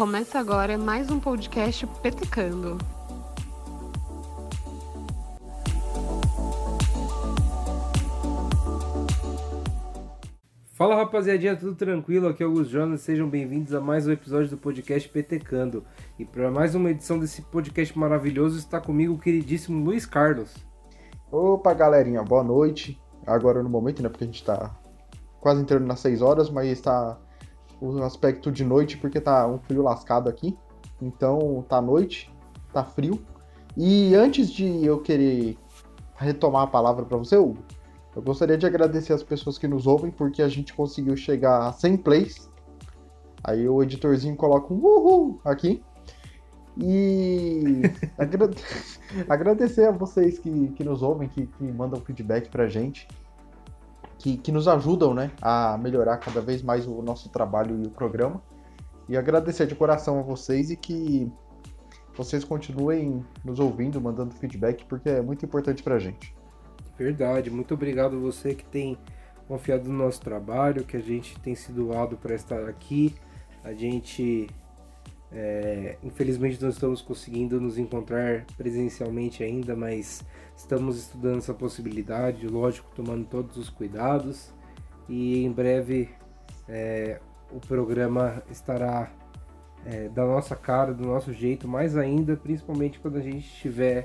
Começa agora mais um podcast Petecando. Fala rapaziadinha, tudo tranquilo? Aqui é o Augusto Jonas, sejam bem-vindos a mais um episódio do podcast Petecando. E para mais uma edição desse podcast maravilhoso está comigo o queridíssimo Luiz Carlos. Opa galerinha, boa noite. Agora no momento, né, porque a gente tá quase entrando nas 6 horas, mas tá o aspecto de noite porque tá um frio lascado aqui. Então tá noite, tá frio. E antes de eu querer retomar a palavra para você, Hugo, eu gostaria de agradecer as pessoas que nos ouvem, porque a gente conseguiu chegar a 100 plays. Aí o editorzinho coloca um uhul aqui. E agradecer a vocês que nos ouvem, que mandam feedback pra gente, que nos ajudam, né, a melhorar cada vez mais o nosso trabalho e o programa. E agradecer de coração a vocês e que vocês continuem nos ouvindo, mandando feedback, porque é muito importante pra gente. Verdade, muito obrigado você que tem confiado no nosso trabalho, que a gente tem se doado para estar aqui. A gente, infelizmente, não estamos conseguindo nos encontrar presencialmente ainda, mas estamos estudando essa possibilidade, lógico, tomando todos os cuidados. E em breve o programa estará da nossa cara, do nosso jeito, mais ainda, principalmente quando a gente estiver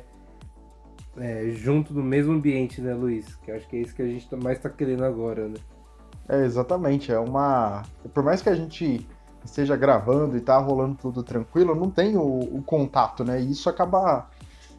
junto no mesmo ambiente, né, Luiz? Que acho que é isso que a gente mais tá querendo agora, né? Exatamente. Por mais que a gente esteja gravando e tá rolando tudo tranquilo, não tem o contato, né? E isso acaba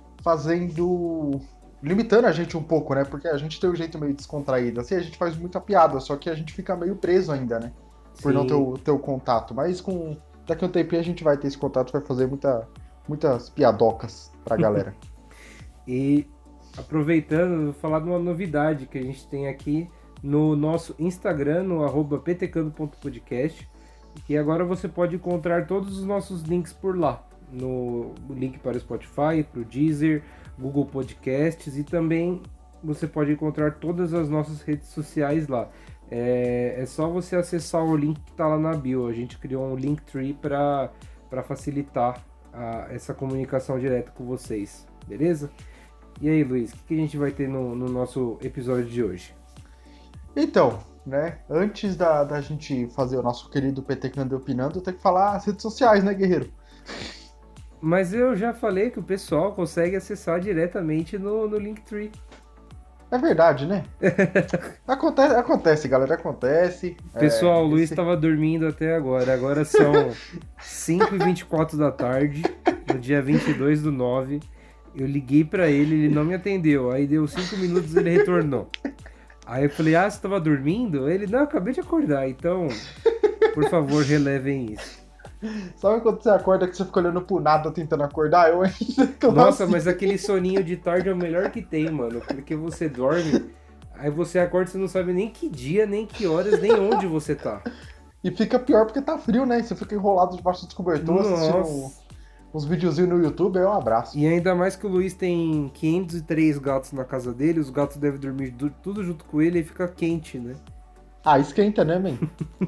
limitando a gente um pouco, né? Porque a gente tem um jeito meio descontraído. Assim, a gente faz muita piada, só que a gente fica meio preso ainda, né? Por Sim. não ter o contato. Mas daqui a um tempinho a gente vai ter esse contato, vai fazer muitas piadocas pra galera. E aproveitando, vou falar de uma novidade que a gente tem aqui no nosso Instagram, no @petecando.podcast, que agora você pode encontrar todos os nossos links por lá. No link para o Spotify, para o Deezer, Google Podcasts, e também você pode encontrar todas as nossas redes sociais lá. É só você acessar o link que está lá na bio. A gente criou um Linktree para facilitar essa comunicação direta com vocês, beleza? E aí, Luiz, o que a gente vai ter no nosso episódio de hoje? Então, né, antes da gente fazer o nosso querido Petecando e Opinando, tem que falar as redes sociais, né, guerreiro? Mas eu já falei que o pessoal consegue acessar diretamente no Linktree. É verdade, né? Acontece, galera, acontece. Pessoal, o Luiz estava dormindo até agora. Agora são 5h24 da tarde, no dia 22/9. Eu liguei pra ele não me atendeu. Aí deu 5 minutos e ele retornou. Aí eu falei, você tava dormindo? Ele, não, eu acabei de acordar. Então, por favor, relevem isso. Sabe quando você acorda que você fica olhando pro nada tentando acordar? Eu ainda Nossa, mas aquele soninho de tarde é o melhor que tem, mano. Porque você dorme, aí você acorda e você não sabe nem que dia, nem que horas, nem onde você tá. E fica pior porque tá frio, né? Você fica enrolado debaixo dos cobertores, assistindo uns videozinhos no YouTube, aí um abraço. E ainda mais que o Luiz tem 503 gatos na casa dele, os gatos devem dormir tudo junto com ele e fica quente, né? Ah, esquenta, né, man?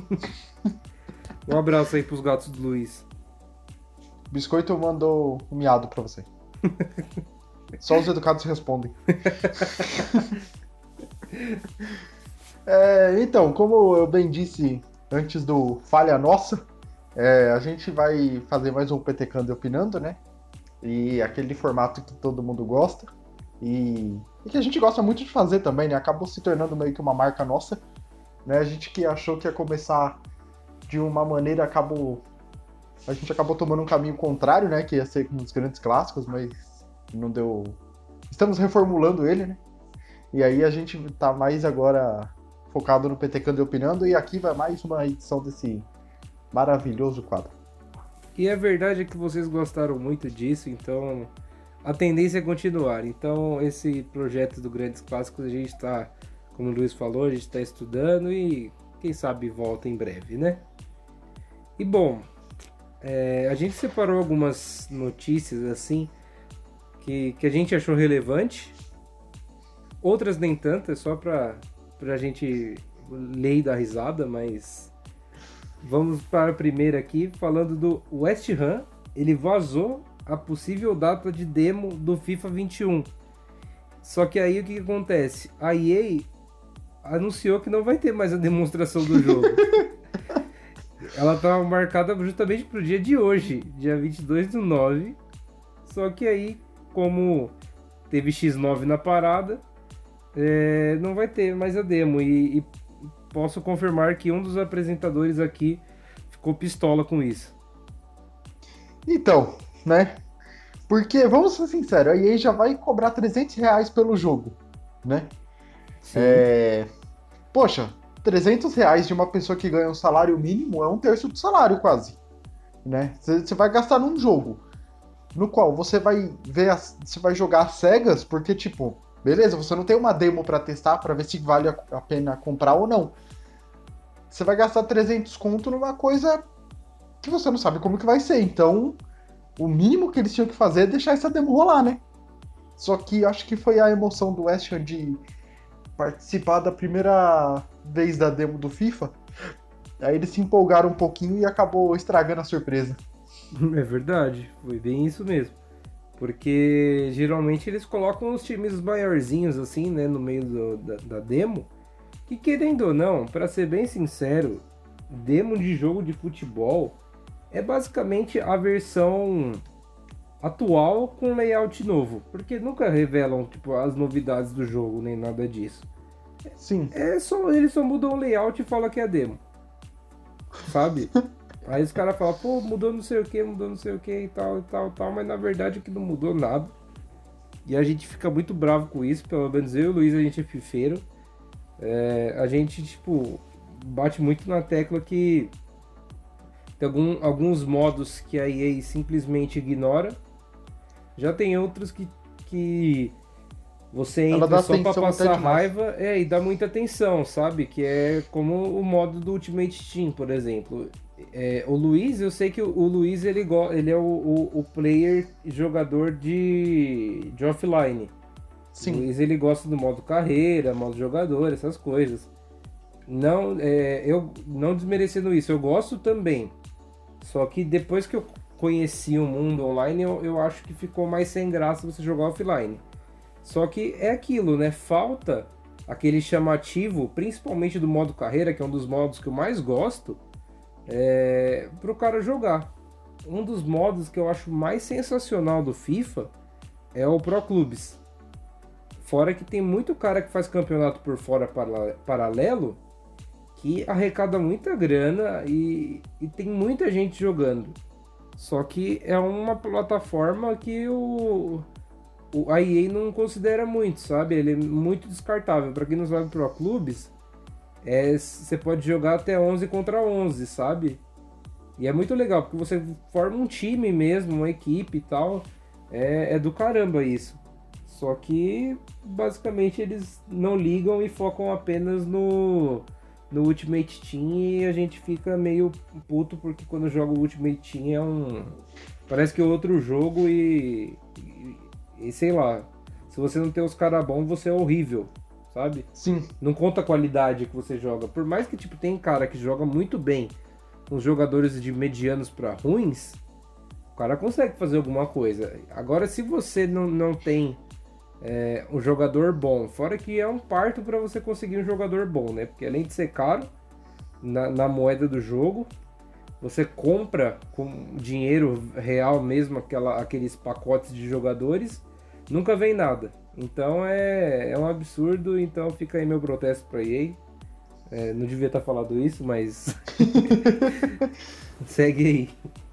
Um abraço aí pros gatos do Luiz. Biscoito mandou um miado pra você. Só os educados respondem. Então, como eu bem disse antes do Falha Nossa, a gente vai fazer mais um Petecando e Opinando, né? E aquele formato que todo mundo gosta. E que a gente gosta muito de fazer também, né? Acabou se tornando meio que uma marca nossa. Né? A gente que achou que ia começar de uma maneira, a gente acabou tomando um caminho contrário, né? Que ia ser um dos grandes clássicos, mas não deu. Estamos reformulando ele, né? E aí a gente tá mais agora focado no Petecando e Opinando, e aqui vai mais uma edição desse maravilhoso quadro. E a verdade é que vocês gostaram muito disso, então a tendência é continuar. Então esse projeto do Grandes Clássicos a gente tá, como o Luiz falou, a gente tá estudando e quem sabe volta em breve, né? E bom, a gente separou algumas notícias assim que a gente achou relevante, outras nem tanto, é só pra gente ler e dar risada, mas Vamos para a primeira aqui, falando do West Ham. Ele vazou a possível data de demo do FIFA 21. Só que aí o que acontece? A EA anunciou que não vai ter mais a demonstração do jogo. Ela estava marcada justamente para o dia de hoje, dia 22/9. Só que aí, como teve X9 na parada, não vai ter mais a demo. E posso confirmar que um dos apresentadores aqui ficou pistola com isso. Então, né? Porque, vamos ser sinceros, a EA já vai cobrar R$300 pelo jogo, né? Sim. Poxa, R$300 de uma pessoa que ganha um salário mínimo é um terço do salário quase, né? Você vai gastar num jogo no qual você vai você vai jogar às cegas, porque, tipo, beleza, você não tem uma demo pra testar, pra ver se vale a pena comprar ou não. Você vai gastar 300 conto numa coisa que você não sabe como que vai ser. Então, o mínimo que eles tinham que fazer é deixar essa demo rolar, né? Só que acho que foi a emoção do West Ham de participar da primeira vez da demo do FIFA. Aí eles se empolgaram um pouquinho e acabou estragando a surpresa. É verdade, foi bem isso mesmo. Porque geralmente eles colocam os times maiorzinhos assim, né, no meio da demo. Que querendo ou não, pra ser bem sincero, demo de jogo de futebol é basicamente a versão atual com layout novo. Porque nunca revelam tipo, as novidades do jogo, nem nada disso. Sim. Eles só mudam o layout e falam que é demo. Sabe? Aí os caras falam, pô, mudou não sei o que e tal, mas na verdade que não mudou nada. E a gente fica muito bravo com isso, pelo menos eu e o Luiz, a gente é fifeiro. A gente, tipo, bate muito na tecla que tem alguns modos que a EA simplesmente ignora. Já tem outros que você entra só pra passar raiva e dá muita atenção, sabe? Que é como o modo do Ultimate Team, por exemplo. O Luiz, eu sei que o Luiz ele é o player jogador de offline. Sim. O Luiz ele gosta do modo carreira, modo jogador, essas coisas. Não, eu não desmerecendo isso, eu gosto também. Só que depois que eu conheci o mundo online, eu acho que ficou mais sem graça você jogar offline. Só que é aquilo, né? Falta aquele chamativo, principalmente do modo carreira, que é um dos modos que eu mais gosto, pro cara jogar. Um dos modos que eu acho mais sensacional do FIFA é o Pro Clubes. Fora que tem muito cara que faz campeonato por fora paralelo que arrecada muita grana e tem muita gente jogando. Só que é uma plataforma que a EA não considera muito, sabe? Ele é muito descartável. Para quem não sabe Pro Clubes, você pode jogar até 11 contra 11, sabe? E é muito legal, porque você forma um time mesmo, uma equipe e tal. É do caramba isso. Só que, basicamente, eles não ligam e focam apenas no Ultimate Team e a gente fica meio puto porque quando joga o Ultimate Team parece que é outro jogo e sei lá, se você não tem os caras bons, você é horrível, sabe? Sim. Não conta a qualidade que você joga. Por mais que tipo, tem cara que joga muito bem com os jogadores de medianos pra ruins, o cara consegue fazer alguma coisa. Agora, se você não tem um jogador bom, fora que é um parto para você conseguir um jogador bom, né? Porque além de ser caro na moeda do jogo, você compra com dinheiro real mesmo aqueles pacotes de jogadores, nunca vem nada. Então é um absurdo, então fica aí meu protesto pra EA. Não devia estar falando isso, mas segue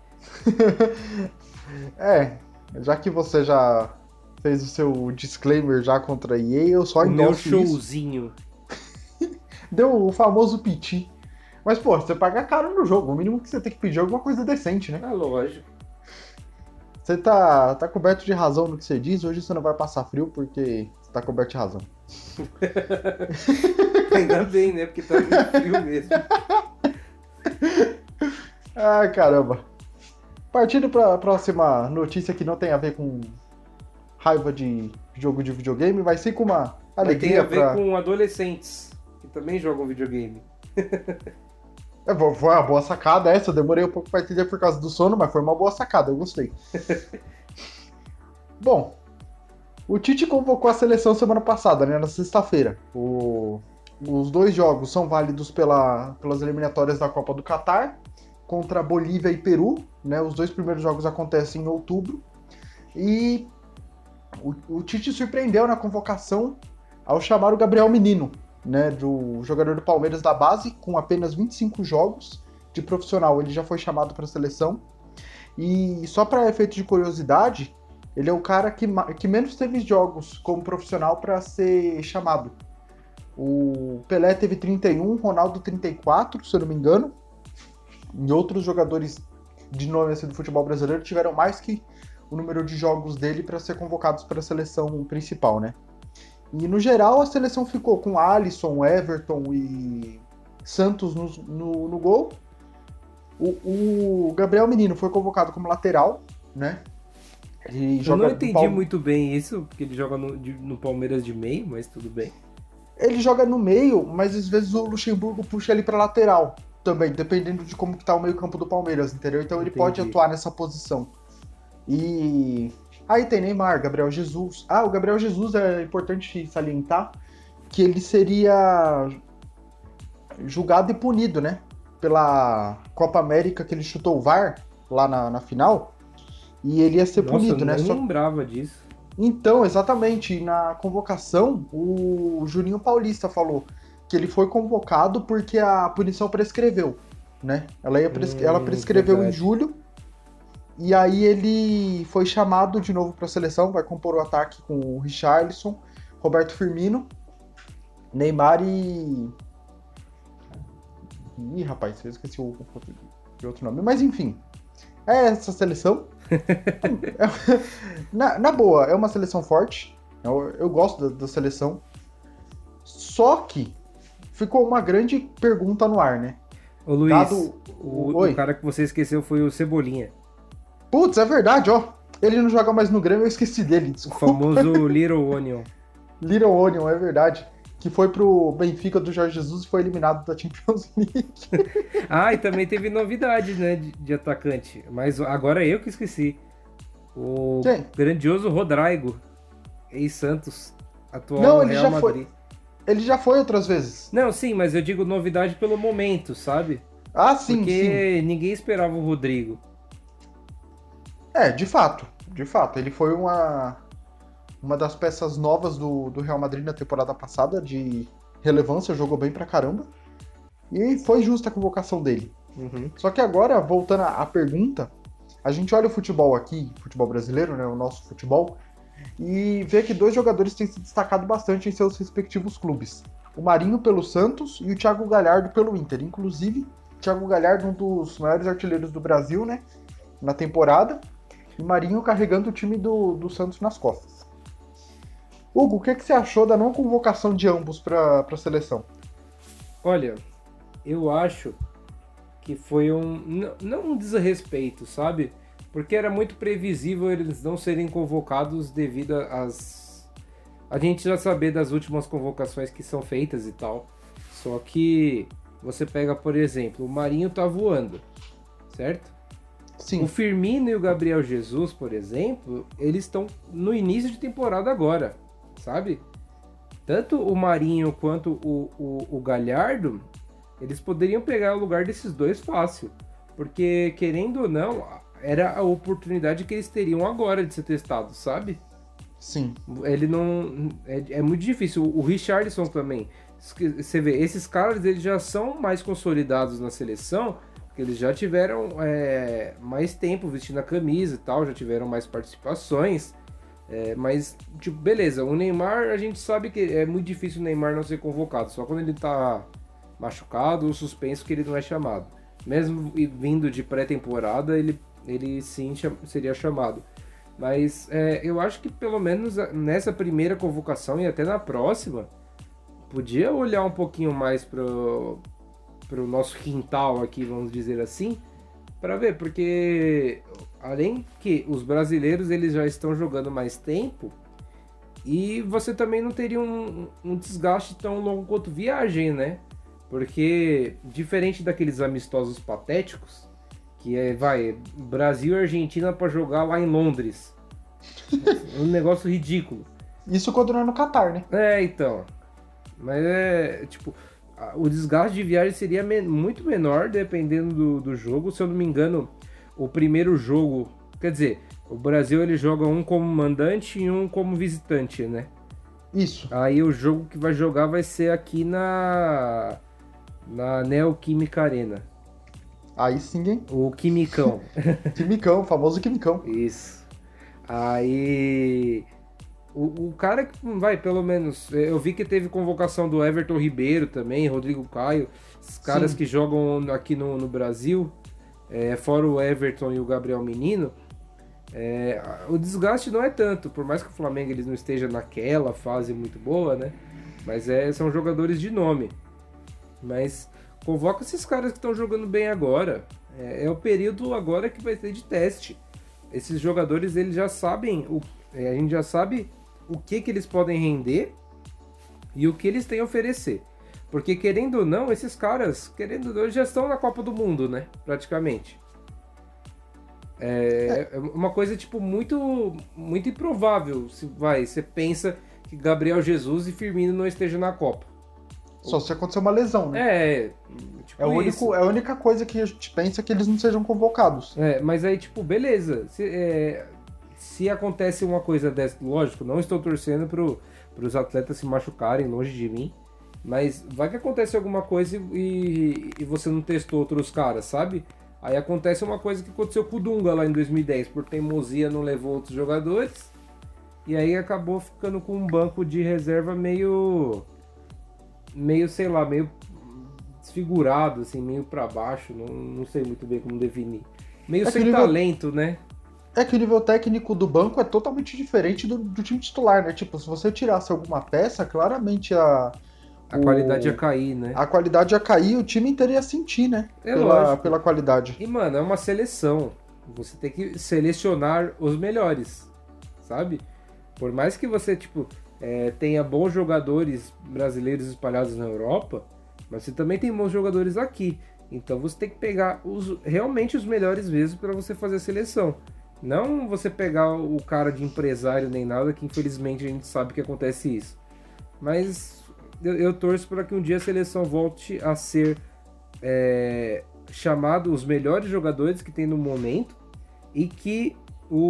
aí. Já que você já fez o seu disclaimer já contra a EA, eu só endosso meu showzinho. Deu o famoso piti. Mas, pô, você paga caro no jogo. O mínimo que você tem que pedir é alguma coisa decente, né? É lógico. Você tá coberto de razão no que você diz. Hoje você não vai passar frio porque você tá coberto de razão. Ainda bem, né? Porque tá muito frio mesmo. Ai, caramba. Partindo pra próxima notícia que não tem a ver com raiva de jogo de videogame, mas sim com uma alegria. Mas tem a ver com adolescentes que também jogam videogame. Foi uma boa sacada essa, eu demorei um pouco pra entender por causa do sono, mas foi uma boa sacada, eu gostei. Bom, o Tite convocou a seleção semana passada, né, na sexta-feira. Os 2 jogos são válidos pelas eliminatórias da Copa do Catar, contra Bolívia e Peru, né, os 2 primeiros jogos acontecem em outubro, e o Tite surpreendeu na convocação ao chamar o Gabriel Menino, né, do jogador do Palmeiras da base, com apenas 25 jogos de profissional. Ele já foi chamado para a seleção. E só para efeito de curiosidade, ele é o cara que menos teve jogos como profissional para ser chamado. O Pelé teve 31, Ronaldo 34, se eu não me engano. E outros jogadores de nome assim, do futebol brasileiro tiveram mais que o número de jogos dele para ser convocados para a seleção principal, né? E no geral a seleção ficou com Alisson, Everton e Santos no gol. O Gabriel Menino foi convocado como lateral, né? Eu não entendi muito bem isso, porque ele joga no Palmeiras de meio, mas tudo bem. Ele joga no meio, mas às vezes o Luxemburgo puxa ele para lateral também, dependendo de como que tá o meio-campo do Palmeiras, entendeu? Então ele pode atuar nessa posição. E aí tem Neymar, Gabriel Jesus. O Gabriel Jesus é importante salientar que ele seria julgado e punido, né? Pela Copa América que ele chutou o VAR lá na final. E ele ia ser punido, né? Eu não lembrava disso. Então, exatamente. Na convocação, o Juninho Paulista falou que ele foi convocado porque a punição prescreveu, né? Ela prescreveu verdade. Em julho. E aí ele foi chamado de novo para a seleção, vai compor o ataque com o Richarlison, Roberto Firmino, Neymar e... Ih, rapaz, eu esqueci o outro nome. Mas enfim, é essa seleção. na boa, é uma seleção forte. Eu gosto da seleção. Só que ficou uma grande pergunta no ar, né? Ô Luiz, o cara que você esqueceu foi o Cebolinha. Putz, é verdade, ó. Ele não joga mais no Grêmio, eu esqueci dele, desculpa. O famoso Little Onion. Little Onion, é verdade. Que foi pro Benfica do Jorge Jesus e foi eliminado da Champions League. E também teve novidade, né, de atacante. Mas agora eu que esqueci. O grandioso Rodrigo, ex-Santos, atual no Real Madrid. Ele já foi outras vezes. Não, sim, mas eu digo novidade pelo momento, sabe? Sim, Porque ninguém esperava o Rodrigo. De fato. Ele foi uma das peças novas do Real Madrid na temporada passada, de relevância, jogou bem pra caramba. E foi justa a convocação dele. Uhum. Só que agora, voltando à pergunta, a gente olha o futebol aqui, futebol brasileiro, né, o nosso futebol, e vê que 2 jogadores têm se destacado bastante em seus respectivos clubes. O Marinho pelo Santos e o Thiago Galhardo pelo Inter. Inclusive, o Thiago Galhardo, um dos maiores artilheiros do Brasil, né, na temporada, e Marinho carregando o time do Santos nas costas. Hugo, o que você achou da não convocação de ambos para a seleção? Olha, eu acho que foi não um desrespeito, sabe? Porque era muito previsível eles não serem convocados devido a gente já saber das últimas convocações que são feitas e tal. Só que você pega, por exemplo, o Marinho tá voando, certo? Sim. O Firmino e o Gabriel Jesus, por exemplo, eles estão no início de temporada agora, sabe? Tanto o Marinho quanto o Galhardo, eles poderiam pegar o lugar desses 2 fácil. Porque, querendo ou não, era a oportunidade que eles teriam agora de ser testados, sabe? Sim. Ele não... É muito difícil. O Richarlison também. Você vê, esses caras eles já são mais consolidados na seleção, porque eles já tiveram mais tempo vestindo a camisa e tal, já tiveram mais participações. Mas, tipo, beleza, o Neymar, a gente sabe que é muito difícil o Neymar não ser convocado, só quando ele tá machucado ou suspenso que ele não é chamado. Mesmo vindo de pré-temporada, ele sim seria chamado. Mas eu acho que pelo menos nessa primeira convocação e até na próxima, podia olhar um pouquinho mais pro nosso quintal aqui, vamos dizer assim, para ver, porque além que os brasileiros eles já estão jogando mais tempo e você também não teria um desgaste tão longo quanto viagem, né? Porque, diferente daqueles amistosos patéticos, que Brasil e Argentina pra jogar lá em Londres. Um negócio ridículo. Isso quando não é no Catar, né? Então. Mas o desgaste de viagem seria muito menor dependendo do jogo. Se eu não me engano, o primeiro jogo... Quer dizer, o Brasil ele joga um como mandante e um como visitante, né? Isso. Aí o jogo que vai jogar vai ser aqui na Neoquímica Arena. Aí sim, hein? O Quimicão. Quimicão, famoso Quimicão. Isso. Aí... O cara que pelo menos... Eu vi que teve convocação do Everton Ribeiro também, Rodrigo Caio. Os caras que jogam aqui no Brasil, fora o Everton e o Gabriel Menino. O desgaste não é tanto, por mais que o Flamengo eles não esteja naquela fase muito boa, né? Mas são jogadores de nome. Mas convoca esses caras que estão jogando bem agora. É o período agora que vai ter de teste. Esses jogadores eles já sabem, a gente já sabe o que eles podem render e o que eles têm a oferecer. Porque querendo ou não, esses caras, já estão na Copa do Mundo, né? Praticamente. É uma coisa, muito, muito improvável. Você pensa que Gabriel Jesus e Firmino não estejam na Copa. Só se acontecer uma lesão, né? É a única coisa que a gente pensa que eles não sejam convocados. Mas aí, beleza. Se acontece uma coisa dessa, lógico, não estou torcendo pros atletas se machucarem, longe de mim. Mas vai que acontece alguma coisa e você não testou outros caras, sabe? Aí acontece uma coisa que aconteceu com o Dunga lá em 2010, por teimosia não levou outros jogadores, e aí acabou ficando com um banco de reserva meio sei lá, meio desfigurado, assim, meio pra baixo, não sei muito bem como definir. Meio sem talento, né? É que o nível técnico do banco é totalmente diferente do time titular, né? Tipo, se você tirasse alguma peça, claramente a qualidade ia cair, né? A qualidade ia cair, o time inteiro ia sentir, né? Pela qualidade. E, mano, é uma seleção. Você tem que selecionar os melhores, sabe? Por mais que você, tenha bons jogadores brasileiros espalhados na Europa, mas você também tem bons jogadores aqui. Então você tem que pegar realmente os melhores mesmo para você fazer a seleção. Não você pegar o cara de empresário nem nada, que infelizmente a gente sabe que acontece isso. Mas... Eu torço para que um dia a seleção volte a ser chamado os melhores jogadores que tem no momento e que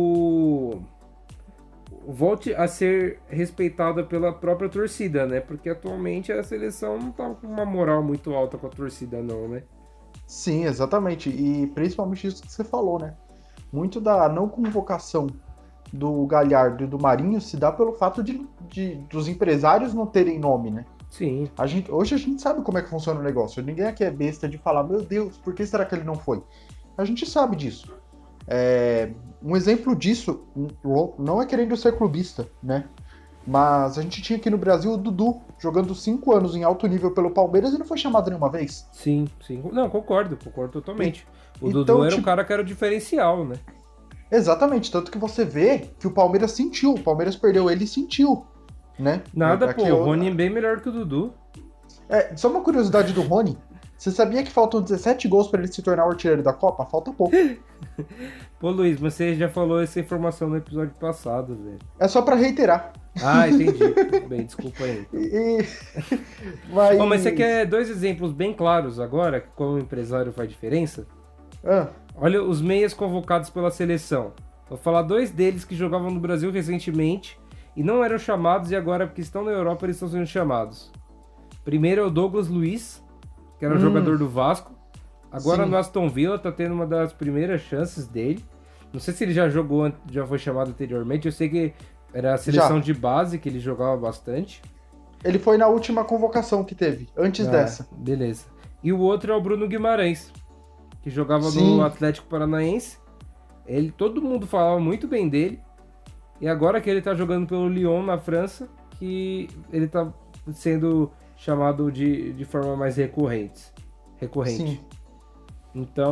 volte a ser respeitada pela própria torcida, né? Porque atualmente a seleção não tá com uma moral muito alta com a torcida, não, né? Sim, exatamente. E principalmente isso que você falou, né? Muito da não convocação do Galhardo e do Marinho se dá pelo fato dos empresários não terem nome, né? Sim. Hoje a gente sabe como é que funciona o negócio. Ninguém aqui é besta de falar, meu Deus, por que será que ele não foi? A gente sabe disso. Um exemplo disso, não é querendo ser clubista, né? Mas a gente tinha aqui no Brasil o Dudu, jogando 5 anos em alto nível pelo Palmeiras e não foi chamado nenhuma vez. Sim. Não, concordo totalmente. O Dudu era o cara que era o diferencial, né? Exatamente, tanto que você vê que o Palmeiras sentiu, o Palmeiras perdeu ele e sentiu, né? Nada, o Rony é bem melhor que o Dudu. Só uma curiosidade do Rony, você sabia que faltam 17 gols para ele se tornar o artilheiro da Copa? Falta pouco. Pô, Luiz, você já falou essa informação no episódio passado, velho. É só para reiterar. Ah, entendi. Bem, desculpa aí. Mas... Mas você quer 2 exemplos bem claros agora, como o empresário faz diferença? Olha os meias convocados pela seleção. Vou falar 2 deles que jogavam no Brasil recentemente e não eram chamados, e agora, porque estão na Europa, eles estão sendo chamados. Primeiro é o Douglas Luiz, que era jogador do Vasco. Agora no Aston Villa tá tendo uma das primeiras chances dele. Não sei se ele já jogou, já foi chamado anteriormente. Eu sei que era a seleção de base que ele jogava bastante. Ele foi na última convocação que teve, antes dessa. Beleza. E o outro é o Bruno Guimarães, que jogava no Atlético Paranaense. Todo mundo falava muito bem dele. E agora que ele tá jogando pelo Lyon na França, que ele tá sendo chamado de forma mais recorrente. Sim. Então...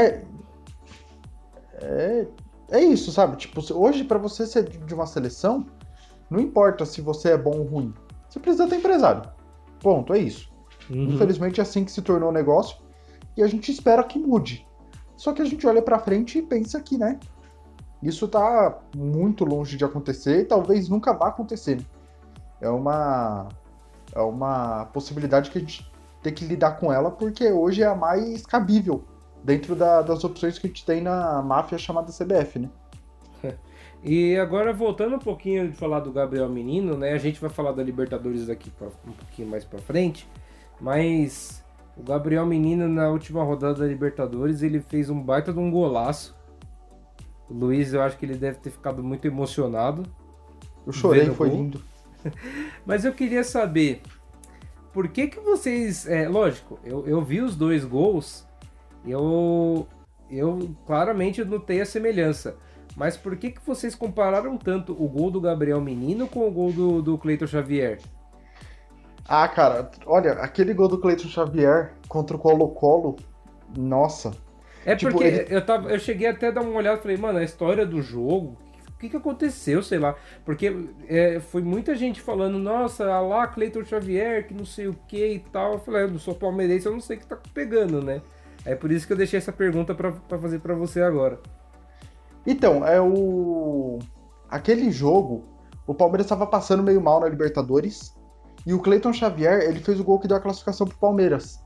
É isso, sabe? Tipo, hoje pra você ser de uma seleção, não importa se você é bom ou ruim. Você precisa ter empresário. Ponto, é isso. Infelizmente é assim que se tornou o negócio e a gente espera que mude. Só que a gente olha pra frente e pensa que, né, isso tá muito longe de acontecer e talvez nunca vá acontecer. É uma possibilidade que a gente tem que lidar com ela porque hoje é a mais cabível dentro das opções que a gente tem na máfia chamada CBF, né? E agora, voltando um pouquinho de falar do Gabriel Menino, né? A gente vai falar da Libertadores daqui um pouquinho mais pra frente, mas o Gabriel Menino, na última rodada da Libertadores, ele fez um baita de um golaço. O Luiz, eu acho que ele deve ter ficado muito emocionado. Eu chorei, vendo o foi gol. lindo. Mas eu queria saber, por que vocês... lógico, eu vi os dois gols, eu claramente notei a semelhança. Mas por que vocês compararam tanto o gol do Gabriel Menino com o gol do Cleiton Xavier? Ah, cara, olha, aquele gol do Cleiton Xavier contra o Colo-Colo, nossa. É Tipo, porque eu cheguei até a dar uma olhada e falei, mano, a história do jogo, o que aconteceu, sei lá. Porque foi muita gente falando, nossa, lá Cleiton Xavier, que não sei o que e tal. Eu falei, eu não sou palmeirense, eu não sei o que tá pegando, né? É por isso que eu deixei essa pergunta pra fazer pra você agora. Então, aquele jogo, o Palmeiras estava passando meio mal na Libertadores e o Cleiton Xavier, ele fez o gol que deu a classificação pro Palmeiras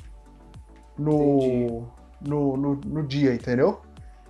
no dia, entendeu?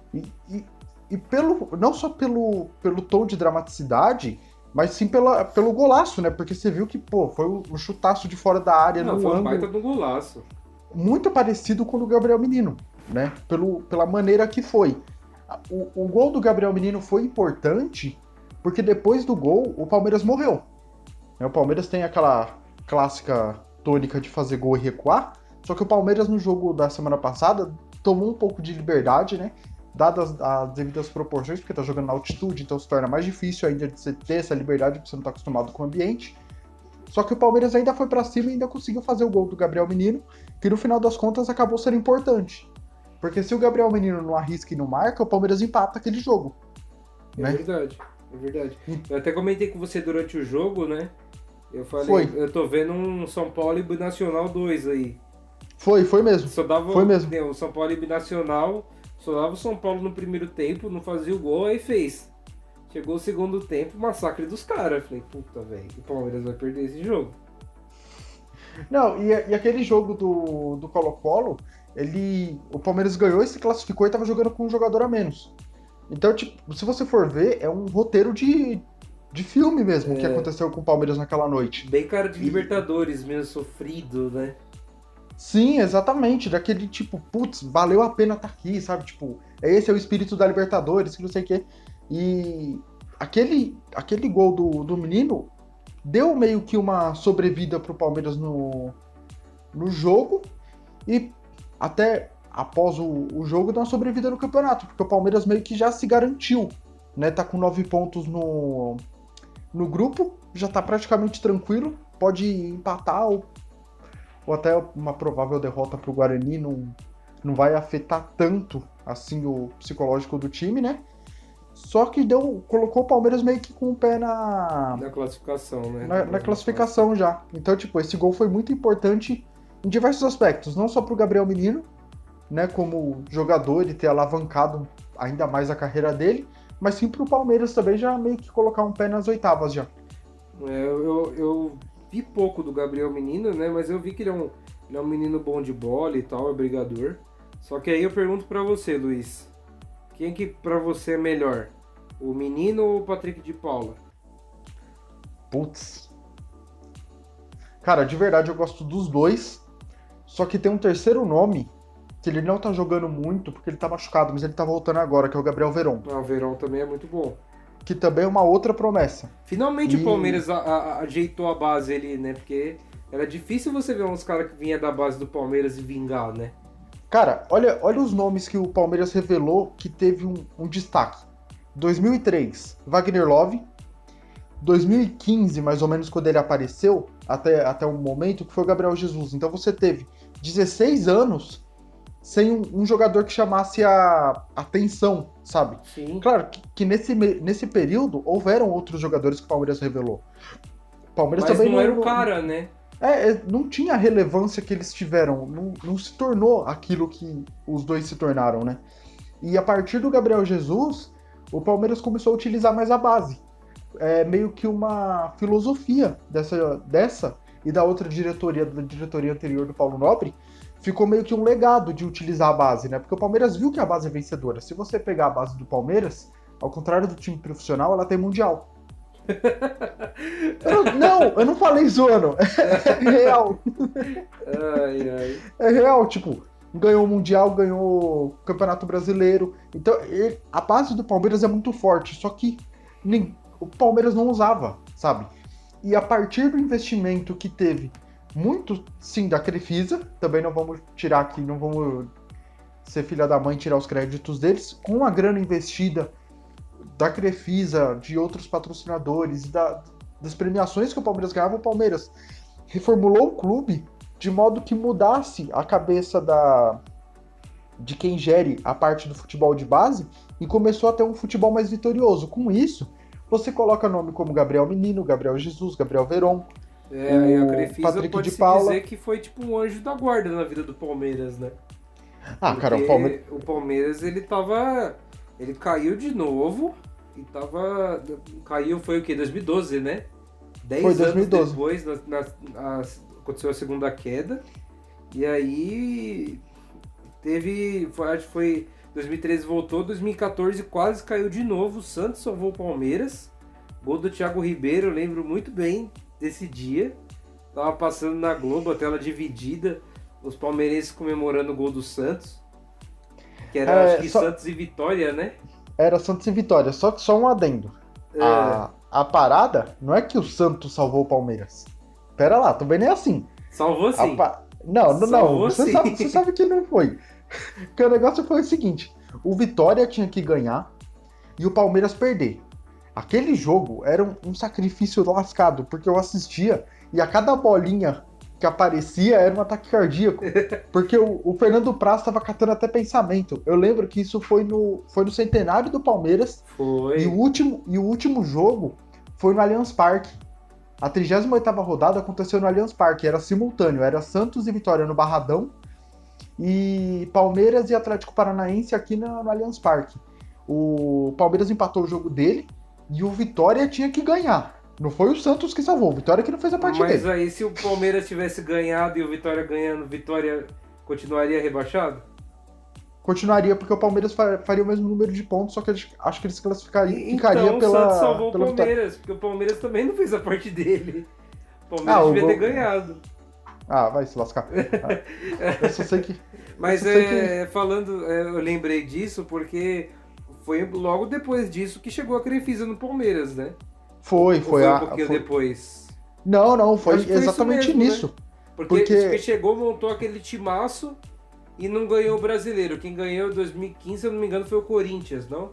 E não só pelo tom de dramaticidade, mas sim pelo golaço, né? Porque você viu que, pô, foi um chutaço de fora da área no foi um ângulo. baita do golaço. Muito parecido com o do Gabriel Menino, né? Pela maneira que foi. O gol do Gabriel Menino foi importante porque depois do gol o Palmeiras morreu. O Palmeiras tem aquela clássica tônica de fazer gol e recuar, só que o Palmeiras no jogo da semana passada tomou um pouco de liberdade, né? Dadas as devidas proporções, porque tá jogando na altitude, então se torna mais difícil ainda de você ter essa liberdade, porque você não tá acostumado com o ambiente. Só que o Palmeiras ainda foi pra cima e ainda conseguiu fazer o gol do Gabriel Menino, que no final das contas acabou sendo importante. Porque se o Gabriel Menino não arrisca e não marca, o Palmeiras empata aquele jogo. É né? verdade, é verdade. Eu até comentei com você durante o jogo, né? Eu falei, Foi. eu tô vendo um São Paulo e Binacional 2 aí. Foi mesmo. Só dava Foi mesmo. O São Paulo e Binacional, só dava o São Paulo no primeiro tempo, não fazia o gol, aí fez. Chegou o segundo tempo, massacre dos caras. Falei, puta, velho, o Palmeiras vai perder esse jogo. Não, e aquele jogo do Colo-Colo, o Palmeiras ganhou e se classificou e tava jogando com um jogador a menos. Então, tipo, se você for ver, é um roteiro de filme mesmo, o que aconteceu com o Palmeiras naquela noite. Bem cara de Libertadores mesmo, sofrido, né? Sim, exatamente, daquele tipo, putz, valeu a pena estar aqui, sabe? Tipo, esse é o espírito da Libertadores, que não sei o quê. E aquele gol do menino deu meio que uma sobrevida pro Palmeiras no jogo e até após o jogo deu uma sobrevida no campeonato, porque o Palmeiras meio que já se garantiu, né? Tá com 9 pontos no grupo, já tá praticamente tranquilo, pode empatar ou até uma provável derrota pro Guarani não vai afetar tanto assim o psicológico do time, né? Só que colocou o Palmeiras meio que com o pé na classificação, né? Na classificação já. Então, tipo, esse gol foi muito importante em diversos aspectos, não só pro Gabriel Menino, né, como jogador, ele ter alavancado ainda mais a carreira dele, mas sim pro Palmeiras também já meio que colocar um pé nas oitavas já. Eu vi pouco do Gabriel Menino, né, mas eu vi que ele é um menino bom de bola e tal, é brigador. Só que aí eu pergunto pra você, Luiz, quem que pra você é melhor? O Menino ou o Patrick de Paula? Putz. Cara, de verdade eu gosto dos dois, só que tem um terceiro nome que ele não tá jogando muito porque ele tá machucado, mas ele tá voltando agora, que é o Gabriel Veron. O Verón também é muito bom. Que também é uma outra promessa. Finalmente o Palmeiras ajeitou a base ali, né? Porque era difícil você ver uns caras que vinha da base do Palmeiras e vingar, né? Cara, olha os nomes que o Palmeiras revelou que teve um destaque. 2003, Wagner Love. 2015, mais ou menos, quando ele apareceu, até o momento, que foi o Gabriel Jesus. Então você teve 16 anos sem um jogador que chamasse a atenção, sabe? Sim. Claro que nesse período houveram outros jogadores que o Palmeiras revelou. O Palmeiras mas também não era o cara, né? Não tinha a relevância que eles tiveram, não se tornou aquilo que os dois se tornaram, né? E a partir do Gabriel Jesus, o Palmeiras começou a utilizar mais a base. É meio que uma filosofia dessa e da outra diretoria, da diretoria anterior do Paulo Nobre, ficou meio que um legado de utilizar a base, né? Porque o Palmeiras viu que a base é vencedora. Se você pegar a base do Palmeiras, ao contrário do time profissional, ela tem mundial. Eu não falei zoando. É real. É real, tipo, ganhou o Mundial, ganhou o Campeonato Brasileiro. Então, a base do Palmeiras é muito forte, só que o Palmeiras não usava, sabe? E a partir do investimento que teve, muito, sim, da Crefisa, também não vamos tirar aqui, não vamos ser filha da mãe e tirar os créditos deles, com a grana investida da Crefisa, de outros patrocinadores, das premiações que o Palmeiras ganhava, o Palmeiras reformulou o clube de modo que mudasse a cabeça de quem gere a parte do futebol de base e começou a ter um futebol mais vitorioso. Com isso, você coloca nome como Gabriel Menino, Gabriel Jesus, Gabriel Veron, e a Crefisa Patrick pode de Paula. dizer que foi tipo um anjo da guarda na vida do Palmeiras, né? Porque cara, o Palmeiras, ele caiu de novo e caiu, foi o quê? 2012, né? 10 foi 2012. anos depois aconteceu a segunda queda. E aí acho que foi 2013 voltou, 2014 quase caiu de novo, o Santos salvou o Palmeiras. Gol do Thiago Ribeiro, eu lembro muito bem desse dia. Tava passando na Globo, a tela dividida, os palmeirenses comemorando o gol do Santos. Que era, acho que Santos e Vitória, né? Era Santos e Vitória, só que só um adendo. A parada não é que o Santos salvou o Palmeiras. Pera lá, também nem é assim. Salvou sim. Não. Você sabe que não foi. Porque o negócio foi o seguinte: o Vitória tinha que ganhar e o Palmeiras perder. Aquele jogo era um sacrifício lascado, porque eu assistia e a cada bolinha que aparecia era um ataque cardíaco. Porque o Fernando Praz estava catando até pensamento. Eu lembro que isso foi no centenário do Palmeiras. Foi. E o último jogo foi no Allianz Parque. A 38ª rodada aconteceu no Allianz Parque. Era simultâneo. Era Santos e Vitória no Barradão. E Palmeiras e Atlético Paranaense aqui no Allianz Parque. O Palmeiras empatou o jogo dele. E o Vitória tinha que ganhar. Não foi o Santos que salvou, o Vitória que não fez a partida dele. Mas aí, se o Palmeiras tivesse ganhado e o Vitória ganhando, o Vitória continuaria rebaixado? Continuaria, porque o Palmeiras faria o mesmo número de pontos, só que acho que eles classificariam então, pela o Santos salvou o Palmeiras, Vitória. porque o Palmeiras também não fez a parte dele. O Palmeiras devia ter ganhado. Vai se lascar. Eu só sei que... Mas falando, eu lembrei disso porque foi logo depois disso que chegou a Crefisa no Palmeiras, né? Foi um pouquinho depois. Não, foi exatamente mesmo, nisso. Né? Porque chegou, montou aquele timaço e não ganhou o brasileiro. Quem ganhou em 2015, se eu não me engano, foi o Corinthians, não?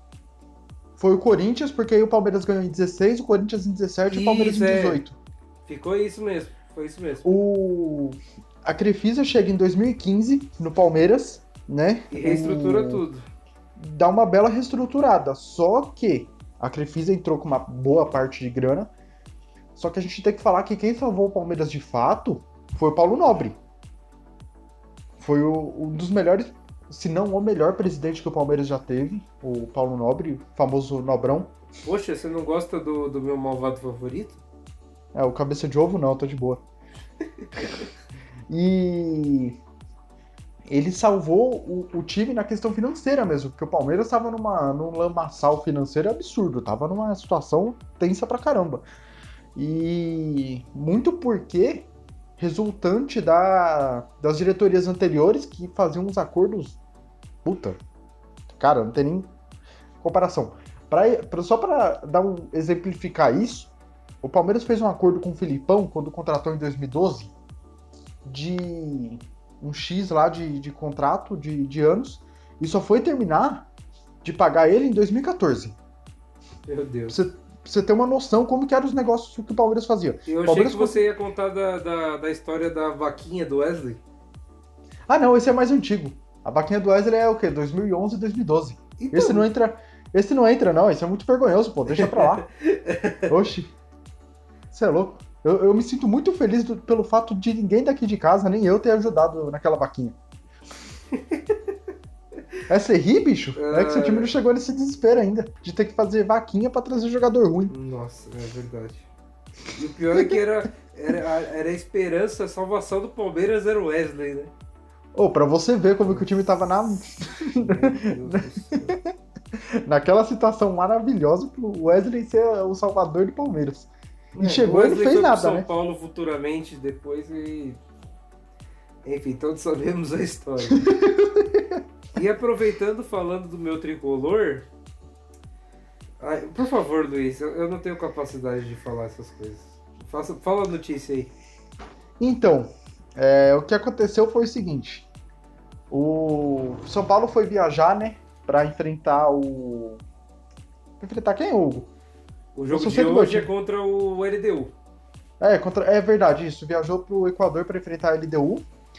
Foi o Corinthians, porque aí o Palmeiras ganhou em 16, o Corinthians em 17 e o Palmeiras em 18. Ficou isso mesmo, foi isso mesmo. A Crefisa chega em 2015 no Palmeiras, né? E reestrutura tudo. Dá uma bela reestruturada, só que a Crefisa entrou com uma boa parte de grana, só que a gente tem que falar que quem salvou o Palmeiras de fato foi o Paulo Nobre. Foi um dos melhores, se não o melhor presidente que o Palmeiras já teve, o Paulo Nobre, o famoso Nobrão. Poxa, você não gosta do meu malvado favorito? O cabeça de ovo não, eu tô de boa. E ele salvou o time na questão financeira mesmo, porque o Palmeiras estava num lamaçal financeiro absurdo, estava numa situação tensa pra caramba. E muito porque resultante das diretorias anteriores que faziam uns acordos... Puta, cara, não tem nem comparação. Só para exemplificar isso, o Palmeiras fez um acordo com o Filipão quando contratou em 2012 de um X lá de contrato de anos e só foi terminar de pagar ele em 2014. Meu Deus. Pra você ter uma noção como que eram os negócios que o Palmeiras fazia. Eu achei que você ia contar da história da vaquinha do Wesley. Não, esse é mais antigo. A vaquinha do Wesley é o quê? 2011 e 2012. Então... Esse não entra não, esse é muito vergonhoso, pô, deixa pra lá. Oxi. Você é louco. Eu me sinto muito feliz pelo fato de ninguém daqui de casa, nem eu, ter ajudado naquela vaquinha. É você rir, bicho? É que seu time não chegou nesse desespero ainda, de ter que fazer vaquinha pra trazer jogador ruim. Nossa, é verdade. E o pior é que era a esperança, a salvação do Palmeiras era o Wesley, né? Pra você ver como que o time tava Meu Deus do céu. naquela situação maravilhosa pro Wesley ser o salvador do Palmeiras. E chegou e não fez foi nada, pro São né? Paulo futuramente, depois e... Enfim, todos sabemos a história. E aproveitando, falando do meu tricolor... por favor, Luiz, eu não tenho capacidade de falar essas coisas. Fala a notícia aí. Então, o que aconteceu foi o seguinte. O São Paulo foi viajar, né? Pra enfrentar o... Enfrentar quem, Hugo? O jogo de hoje é contra o LDU. É verdade, isso. Viajou pro Equador pra enfrentar a LDU.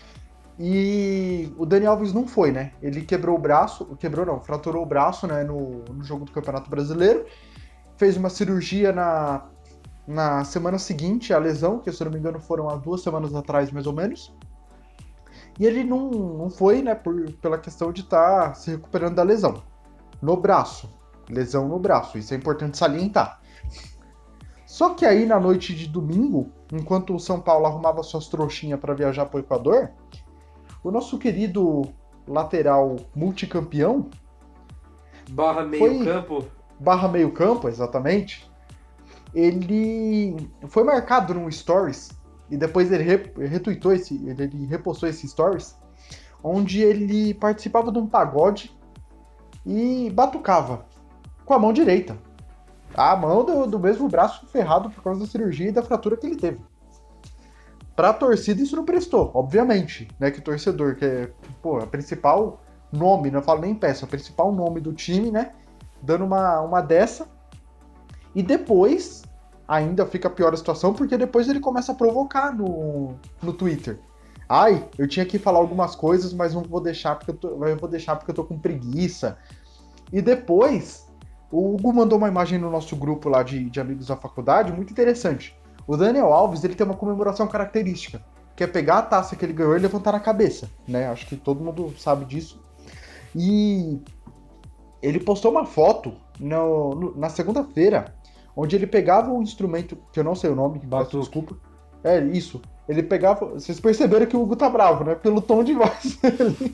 E o Dani Alves não foi, né? Ele quebrou o braço. Fraturou o braço, né? No jogo do Campeonato Brasileiro. Fez uma cirurgia na semana seguinte, a lesão, que se eu não me engano foram há 2 semanas atrás, mais ou menos. E ele não foi, né? Pela questão de estar se recuperando da lesão. No braço. Lesão no braço. Isso é importante salientar. Só que aí, na noite de domingo, enquanto o São Paulo arrumava suas trouxinhas para viajar para o Equador, o nosso querido lateral multicampeão... Barra meio campo, exatamente. Ele foi marcado num Stories, e depois ele retweetou ele repostou esse Stories, onde ele participava de um pagode e batucava com a mão direita. A mão do mesmo braço ferrado por causa da cirurgia e da fratura que ele teve. Pra torcida isso não prestou, obviamente, né? Que torcedor, que é, a principal nome, não falo nem peça, o principal nome do time, né? Dando uma dessa. E depois, ainda fica pior a situação, porque depois ele começa a provocar no Twitter. Eu tinha que falar algumas coisas, mas não vou deixar porque eu tô com preguiça. E depois... O Hugo mandou uma imagem no nosso grupo lá de amigos da faculdade, muito interessante. O Daniel Alves, ele tem uma comemoração característica, que é pegar a taça que ele ganhou e levantar na cabeça, né? Acho que todo mundo sabe disso. E ele postou uma foto na segunda-feira, onde ele pegava um instrumento, que eu não sei o nome, peço desculpa. É, isso. Ele pegava... Vocês perceberam que o Hugo tá bravo, né? Pelo tom de voz dele.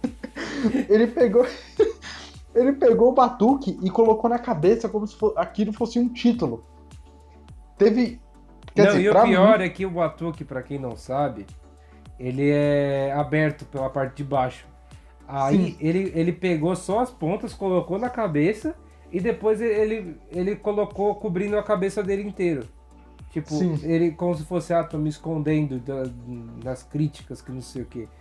Ele pegou o batuque e colocou na cabeça como se aquilo fosse um título. E o pior é que o batuque, pra quem não sabe, ele é aberto pela parte de baixo. Aí ele pegou só as pontas, colocou na cabeça e depois ele colocou cobrindo a cabeça dele inteiro. Tipo, ele como se fosse, tô me escondendo das críticas, que não sei o quê.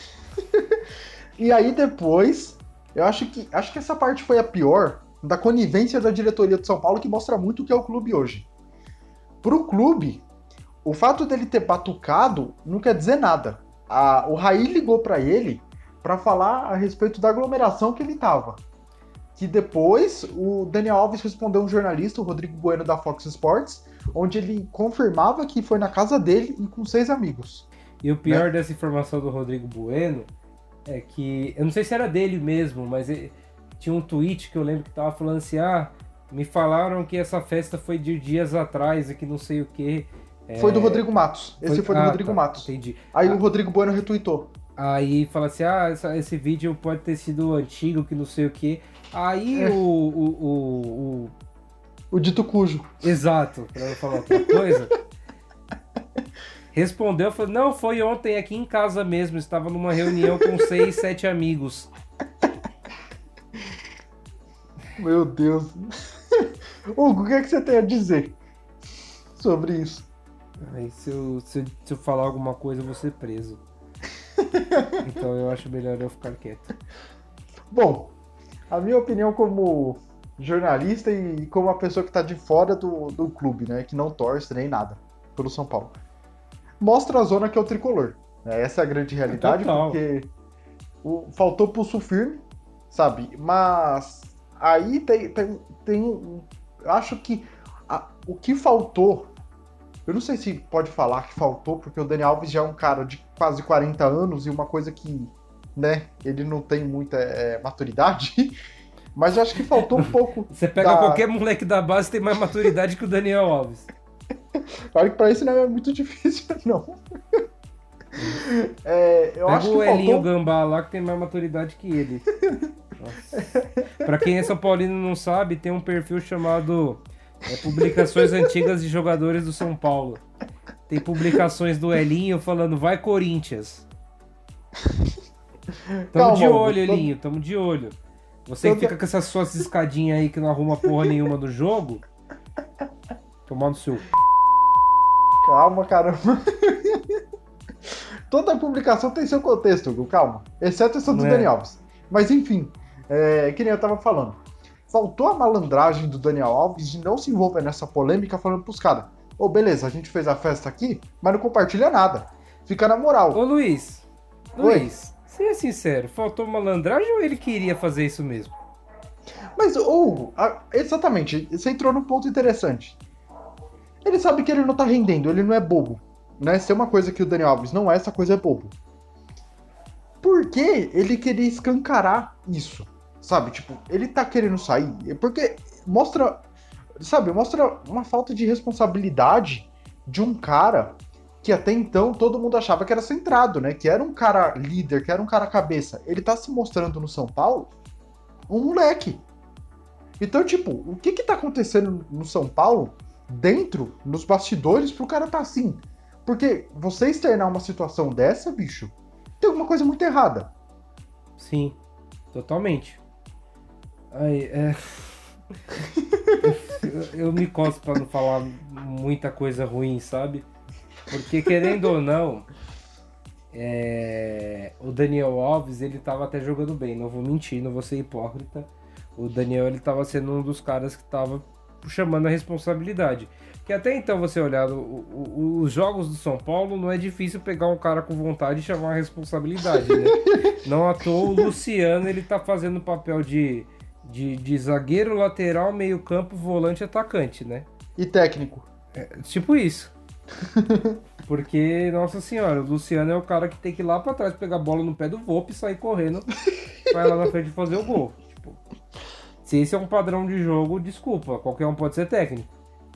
E aí depois... Eu acho que essa parte foi a pior, da conivência da diretoria de São Paulo, que mostra muito o que é o clube hoje. Pro clube, o fato dele ter batucado não quer dizer nada. O Raí ligou pra ele pra falar a respeito da aglomeração que ele tava. Que depois o Daniel Alves respondeu um jornalista, o Rodrigo Bueno, da Fox Sports, onde ele confirmava que foi na casa dele e com 6 amigos. E o pior dessa informação do Rodrigo Bueno... É que, eu não sei se era dele mesmo, mas tinha um tweet que eu lembro que tava falando assim, me falaram que essa festa foi de dias atrás e que não sei o que. Foi do Rodrigo Matos. Esse foi do Rodrigo Matos. Entendi. Aí o Rodrigo Bueno retweetou. Aí fala assim, esse vídeo pode ter sido antigo, que não sei o que. Aí o dito cujo. Exato, pra não falar outra coisa. Respondeu, falou, não, foi ontem aqui em casa mesmo, estava numa reunião com 6, 7 amigos. Meu Deus. Hugo, o que é que você tem a dizer sobre isso? Aí, se eu falar alguma coisa, eu vou ser preso. Então eu acho melhor eu ficar quieto. Bom, a minha opinião como jornalista e como uma pessoa que está de fora do clube, né, que não torce nem nada pelo São Paulo, mostra a zona que é o tricolor. Essa é a grande realidade, porque faltou pulso firme, sabe? Mas aí tem acho que o que faltou Eu não sei se pode falar que faltou, porque o Dani Alves já é um cara de quase 40 anos e uma coisa que, né, ele não tem muita maturidade, mas eu acho que faltou um pouco. Você pega qualquer moleque da base tem mais maturidade que o Daniel Alves. Claro que pra isso não é muito difícil, não. Eu Pega acho que o Elinho faltou... Gambá lá que tem mais maturidade que ele. Nossa. Pra quem é São Paulino e não sabe, tem um perfil chamado Publicações Antigas de Jogadores do São Paulo. Tem publicações do Elinho falando vai Corinthians. Tamo de olho, Elinho, tamo de olho. Você que fica com essas suas escadinhas aí que não arruma porra nenhuma do jogo, tomar no seu... Calma, caramba. Toda publicação tem seu contexto, Hugo, calma. Exceto essa do Dani Alves. Mas enfim, que nem eu tava falando. Faltou a malandragem do Daniel Alves de não se envolver nessa polêmica falando pros caras: ô, beleza, a gente fez a festa aqui, mas não compartilha nada. Fica na moral. Ô, Luiz, seja sincero, faltou malandragem ou ele queria fazer isso mesmo? Mas, Hugo, exatamente, você entrou num ponto interessante. Ele sabe que ele não tá rendendo, ele não é bobo. Né? Se é uma coisa que o Daniel Alves não é, essa coisa é bobo. Por que ele queria escancarar isso? Sabe, tipo, ele tá querendo sair? Porque mostra uma falta de responsabilidade de um cara que até então todo mundo achava que era centrado, né? Que era um cara líder, que era um cara cabeça. Ele tá se mostrando no São Paulo um moleque. Então, tipo, o que tá acontecendo no São Paulo, dentro, nos bastidores, pro cara tá assim? Porque você externar uma situação dessa, bicho, tem alguma coisa muito errada. Sim, totalmente. Aí, eu me costo pra não falar muita coisa ruim, sabe? Porque, querendo ou não, o Daniel Alves, ele tava até jogando bem, não vou mentir, não vou ser hipócrita. O Daniel, ele tava sendo um dos caras que tava chamando a responsabilidade. Que até então, você olhar os jogos do São Paulo, não é difícil pegar um cara com vontade e chamar a responsabilidade, né? Não à toa, o Luciano, ele tá fazendo o papel de zagueiro, lateral, meio campo, volante, atacante, né? E técnico. Tipo isso. Porque, nossa senhora, o Luciano é o cara que tem que ir lá pra trás, pegar a bola no pé do Volpi e sair correndo pra ir lá na frente fazer o gol. Tipo, se esse é um padrão de jogo, desculpa, qualquer um pode ser técnico.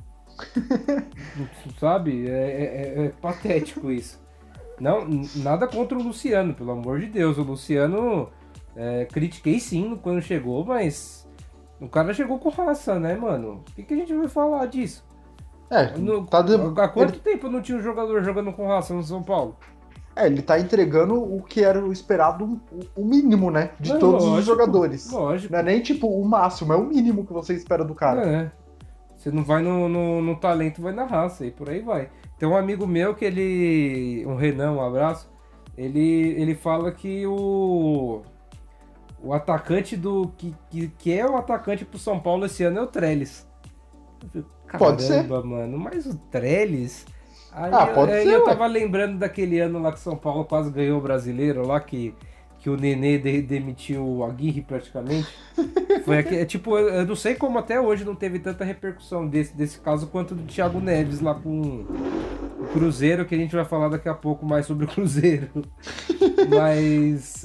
Sabe? É patético isso. Não, nada contra o Luciano, pelo amor de Deus. O Luciano, critiquei sim quando chegou, mas o cara chegou com raça, né, mano? O que a gente vai falar disso? Há quanto tempo não tinha um jogador jogando com raça no São Paulo? Ele tá entregando o que era o esperado, o mínimo, né? De todos os jogadores. Lógico. Não é nem tipo o máximo, é o mínimo que você espera do cara. Você não vai no talento, vai na raça e por aí vai. Tem um amigo meu que um Renan, um abraço, ele fala que o atacante que é o atacante pro São Paulo esse ano é o Trellis. Pode ser. Mano, mas o Trellis... Pode ser, eu tava lembrando daquele ano lá que São Paulo quase ganhou o Brasileiro lá, que o Nenê demitiu o Aguirre praticamente. Foi tipo, eu não sei como até hoje não teve tanta repercussão desse caso quanto do Thiago Neves lá com o Cruzeiro, que a gente vai falar daqui a pouco mais sobre o Cruzeiro. Mas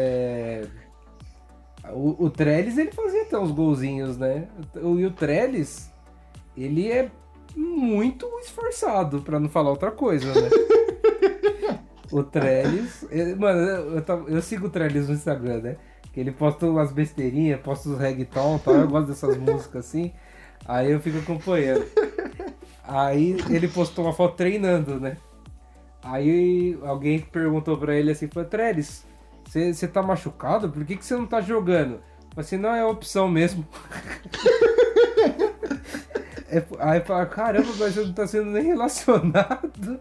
o Trellis, ele fazia até uns golzinhos, né? E o Trellis, ele é muito esforçado, pra não falar outra coisa, né? O Trellis... Mano, eu sigo o Trellis no Instagram, né? Que ele posta umas besteirinhas, posta os reggaeton e tal. Eu gosto dessas músicas assim. Aí eu fico acompanhando. Aí ele postou uma foto treinando, né? Aí alguém perguntou pra ele assim, falou, Trellis, você tá machucado? Por que você não tá jogando? Eu falei assim, não, é opção mesmo. Aí fala, caramba, mas você não tá sendo nem relacionado.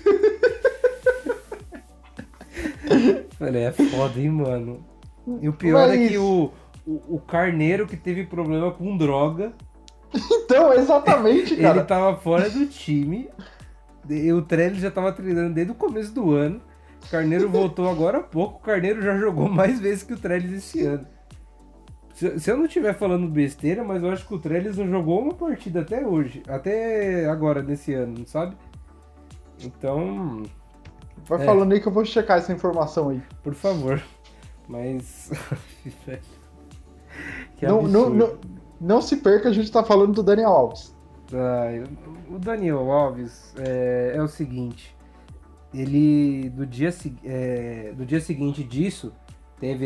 Falei, é foda, hein, mano. E o pior é que o Carneiro, que teve problema com droga. Então, exatamente, cara. Ele tava fora do time. O Trellis já tava treinando desde o começo do ano. O Carneiro voltou agora há pouco. O Carneiro já jogou mais vezes que o Trellis esse ano. Se eu não estiver falando besteira, mas eu acho que o Trellis não jogou uma partida até hoje. Até agora, nesse ano, sabe? Então, Vai falando aí que eu vou checar essa informação aí. por favor. Mas. Que Não, não, absurdo. não, não se perca, a gente tá falando do Daniel Alves. O Daniel Alves é o seguinte, ele do dia seguinte disso teve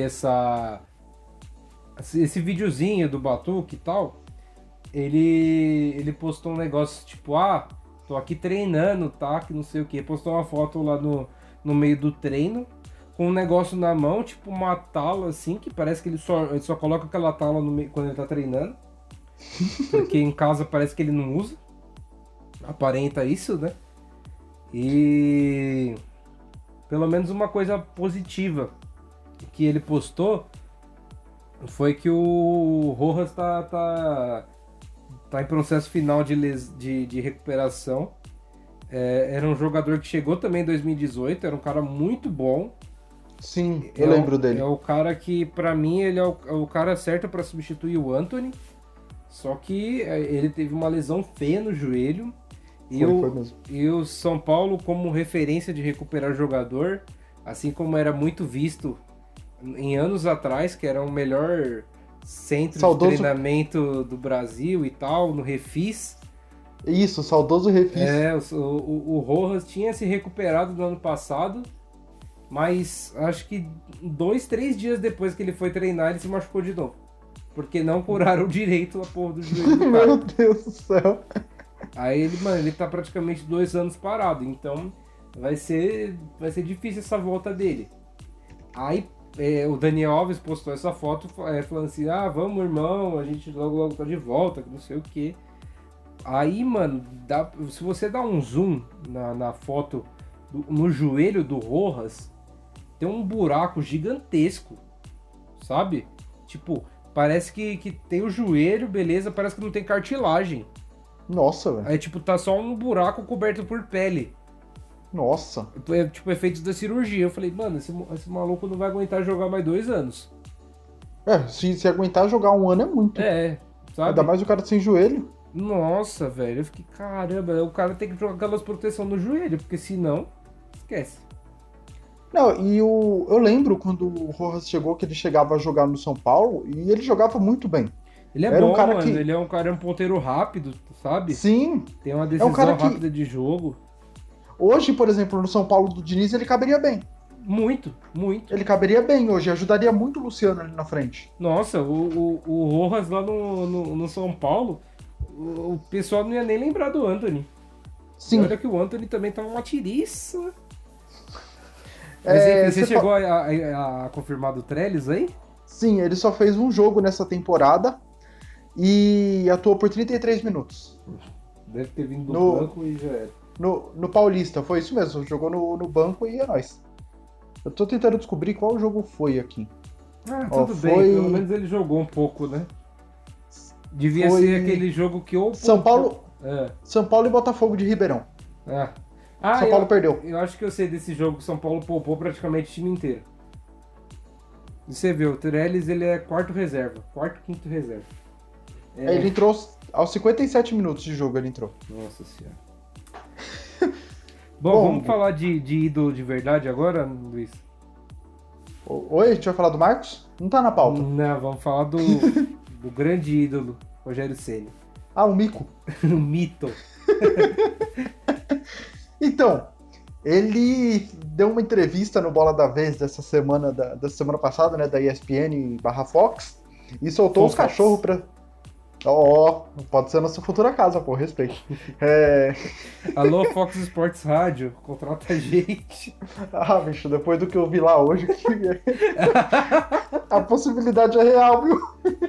esse videozinho do Batuque e tal. Ele postou um negócio tipo, tô aqui treinando, tá? Que não sei o que. Postou uma foto lá no meio do treino com um negócio na mão, tipo uma tala assim, que parece que ele só coloca aquela tala no meio quando ele tá treinando. Porque em casa parece que ele não usa. Aparenta isso, né? E pelo menos uma coisa positiva que ele postou foi que o Rojas tá em processo final de recuperação. Era um jogador que chegou também em 2018, era um cara muito bom. Sim, eu lembro dele. É o cara que, pra mim, ele é o cara certo pra substituir o Antony. Só que ele teve uma lesão feia no joelho. Foi mesmo. E o São Paulo, como referência de recuperar jogador, assim como era muito visto em anos atrás, que era o melhor centro Saudoso... de treinamento do Brasil e tal, no Refis. Isso, saudoso Refis. O Rojas tinha se recuperado no ano passado, mas acho que 2-3 dias depois que ele foi treinar, ele se machucou de novo. Porque não curaram direito a porra do joelho do cara. Meu Deus do céu. Aí ele tá praticamente 2 anos parado, então vai ser difícil essa volta dele. Aí o Daniel Alves postou essa foto falando assim, vamos irmão, a gente logo tá de volta, que não sei o que. Aí, mano, se você dá um zoom na foto, no joelho do Rojas, tem um buraco gigantesco, sabe? Tipo, parece que tem o joelho, beleza, parece que não tem cartilagem. Nossa, velho. Aí, tipo, tá só um buraco coberto por pele. Nossa. Tipo, efeitos da cirurgia. Eu falei, mano, esse maluco não vai aguentar jogar mais 2 anos. Se aguentar jogar 1 ano é muito. Sabe? Ainda mais o cara sem joelho. Nossa, velho. Eu fiquei, caramba, o cara tem que jogar aquelas proteção no joelho, porque senão, esquece. Não, e eu lembro quando o Rojas chegou, que ele chegava a jogar no São Paulo, e ele jogava muito bem. Ele é bom, mano. Ele é um ponteiro rápido, sabe? Sim. Tem uma decisão rápida de jogo. Hoje, por exemplo, no São Paulo do Diniz, ele caberia bem. Muito, muito. Ele caberia bem hoje, ajudaria muito o Luciano ali na frente. Nossa, o Rojas lá no São Paulo, o pessoal não ia nem lembrar do Antony. Sim. E olha que o Antony também tava uma tiriça. Mas enfim, você chegou a confirmar do Trellis aí? Sim, ele só fez um jogo nessa temporada e atuou por 33 minutos. Deve ter vindo do banco e já era. No Paulista, foi isso mesmo. Jogou no banco e é nóis. Eu tô tentando descobrir qual jogo foi aqui. Tudo bem, pelo menos ele jogou um pouco, né? Devia ser aquele jogo que ou... São Paulo e Botafogo de Ribeirão. São Paulo perdeu. Eu acho que eu sei desse jogo que São Paulo poupou praticamente o time inteiro. E você vê, o Trellis, ele é quarto, quinto reserva. Ele entrou aos 57 minutos de jogo, ele entrou. Nossa senhora. Bom, vamos falar de ídolo de verdade agora, Luiz? Oi, a gente vai falar do Marcos? Não tá na pauta. Não, vamos falar do grande ídolo, Rogério Ceni. O mico. O mito. Então, ele deu uma entrevista no Bola da Vez dessa semana passada, né, da ESPN/Fox, e soltou os cachorros pra... pode ser nossa futura casa, pô, respeito. Alô, Fox Sports Rádio, contrata a gente. Bicho, depois do que eu vi lá hoje, a possibilidade é real, viu?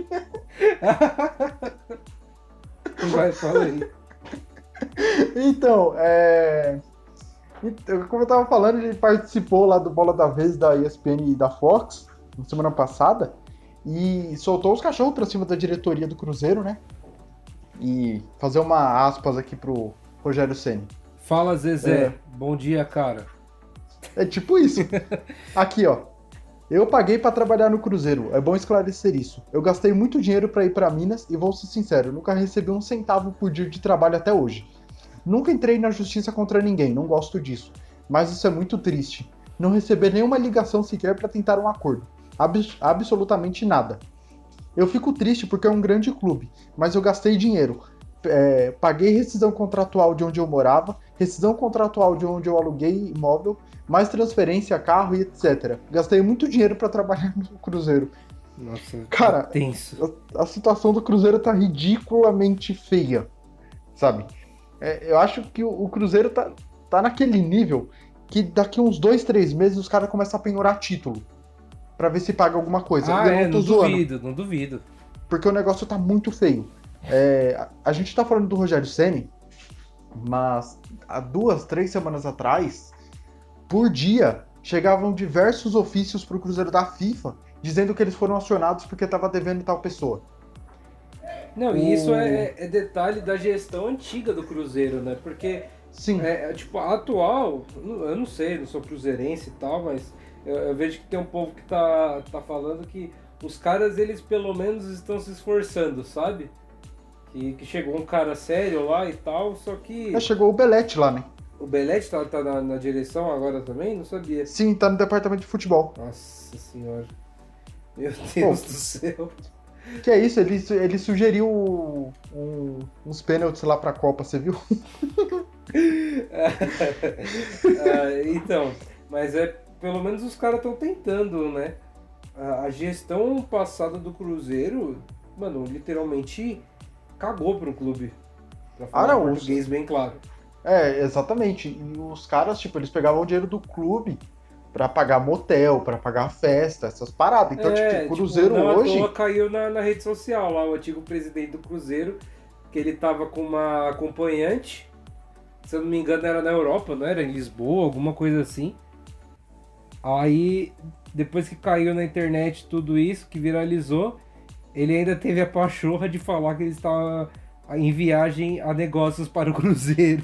Vai, fala aí. Então, como eu tava falando, ele participou lá do Bola da Vez da ESPN e da Fox, na semana passada, e soltou os cachorros pra cima da diretoria do Cruzeiro, né? E fazer uma aspas aqui pro Rogério Ceni. Fala, Zezé. Bom dia, cara. É tipo isso. Aqui, ó. Eu paguei pra trabalhar no Cruzeiro. É bom esclarecer isso. Eu gastei muito dinheiro pra ir pra Minas e vou ser sincero, nunca recebi um centavo por dia de trabalho até hoje. Nunca entrei na justiça contra ninguém, não gosto disso. Mas isso é muito triste. Não receber nenhuma ligação sequer para tentar um acordo. Absolutamente nada. Eu fico triste porque é um grande clube, mas eu gastei dinheiro. Paguei rescisão contratual de onde eu morava, rescisão contratual de onde eu aluguei imóvel, mais transferência, carro e etc. Gastei muito dinheiro para trabalhar no Cruzeiro. Nossa, cara, tenso. A situação do Cruzeiro tá ridiculamente feia, sabe? Eu acho que o Cruzeiro tá naquele nível que daqui uns 2, 3 meses os caras começam a penhorar título pra ver se paga alguma coisa. Ah, e eu não tô zoando, duvido, não duvido. porque o negócio tá muito feio. A gente tá falando do Rogério Ceni, mas há 2, 3 semanas atrás, por dia, chegavam diversos ofícios pro Cruzeiro da FIFA dizendo que eles foram acionados porque tava devendo tal pessoa. Não, e isso é detalhe da gestão antiga do Cruzeiro, né? Porque, Sim. tipo, a atual, eu não sei, não sou cruzeirense e tal, mas eu vejo que tem um povo que tá falando que os caras, eles pelo menos estão se esforçando, sabe? Que chegou um cara sério lá e tal, só que... Chegou o Belete lá, né? O Belete tá na direção agora também? Não sabia. Sim, tá no departamento de futebol. Nossa senhora. Meu Deus do céu. Que é isso, ele sugeriu uns pênaltis lá pra Copa, você viu? Então, mas pelo menos os caras estão tentando, né? A gestão passada do Cruzeiro, mano, literalmente cagou pro clube. Pra falar em português bem claro. Exatamente. E os caras, tipo, eles pegavam o dinheiro do clube pra pagar motel, pra pagar festa, essas paradas. Então, o Cruzeiro não hoje... à toa caiu na rede social lá, o antigo presidente do Cruzeiro, que ele tava com uma acompanhante, se eu não me engano era na Europa, não era? Em Lisboa, alguma coisa assim. Aí, depois que caiu na internet tudo isso, que viralizou, ele ainda teve a pachorra de falar que ele estava em viagem a negócios para o Cruzeiro.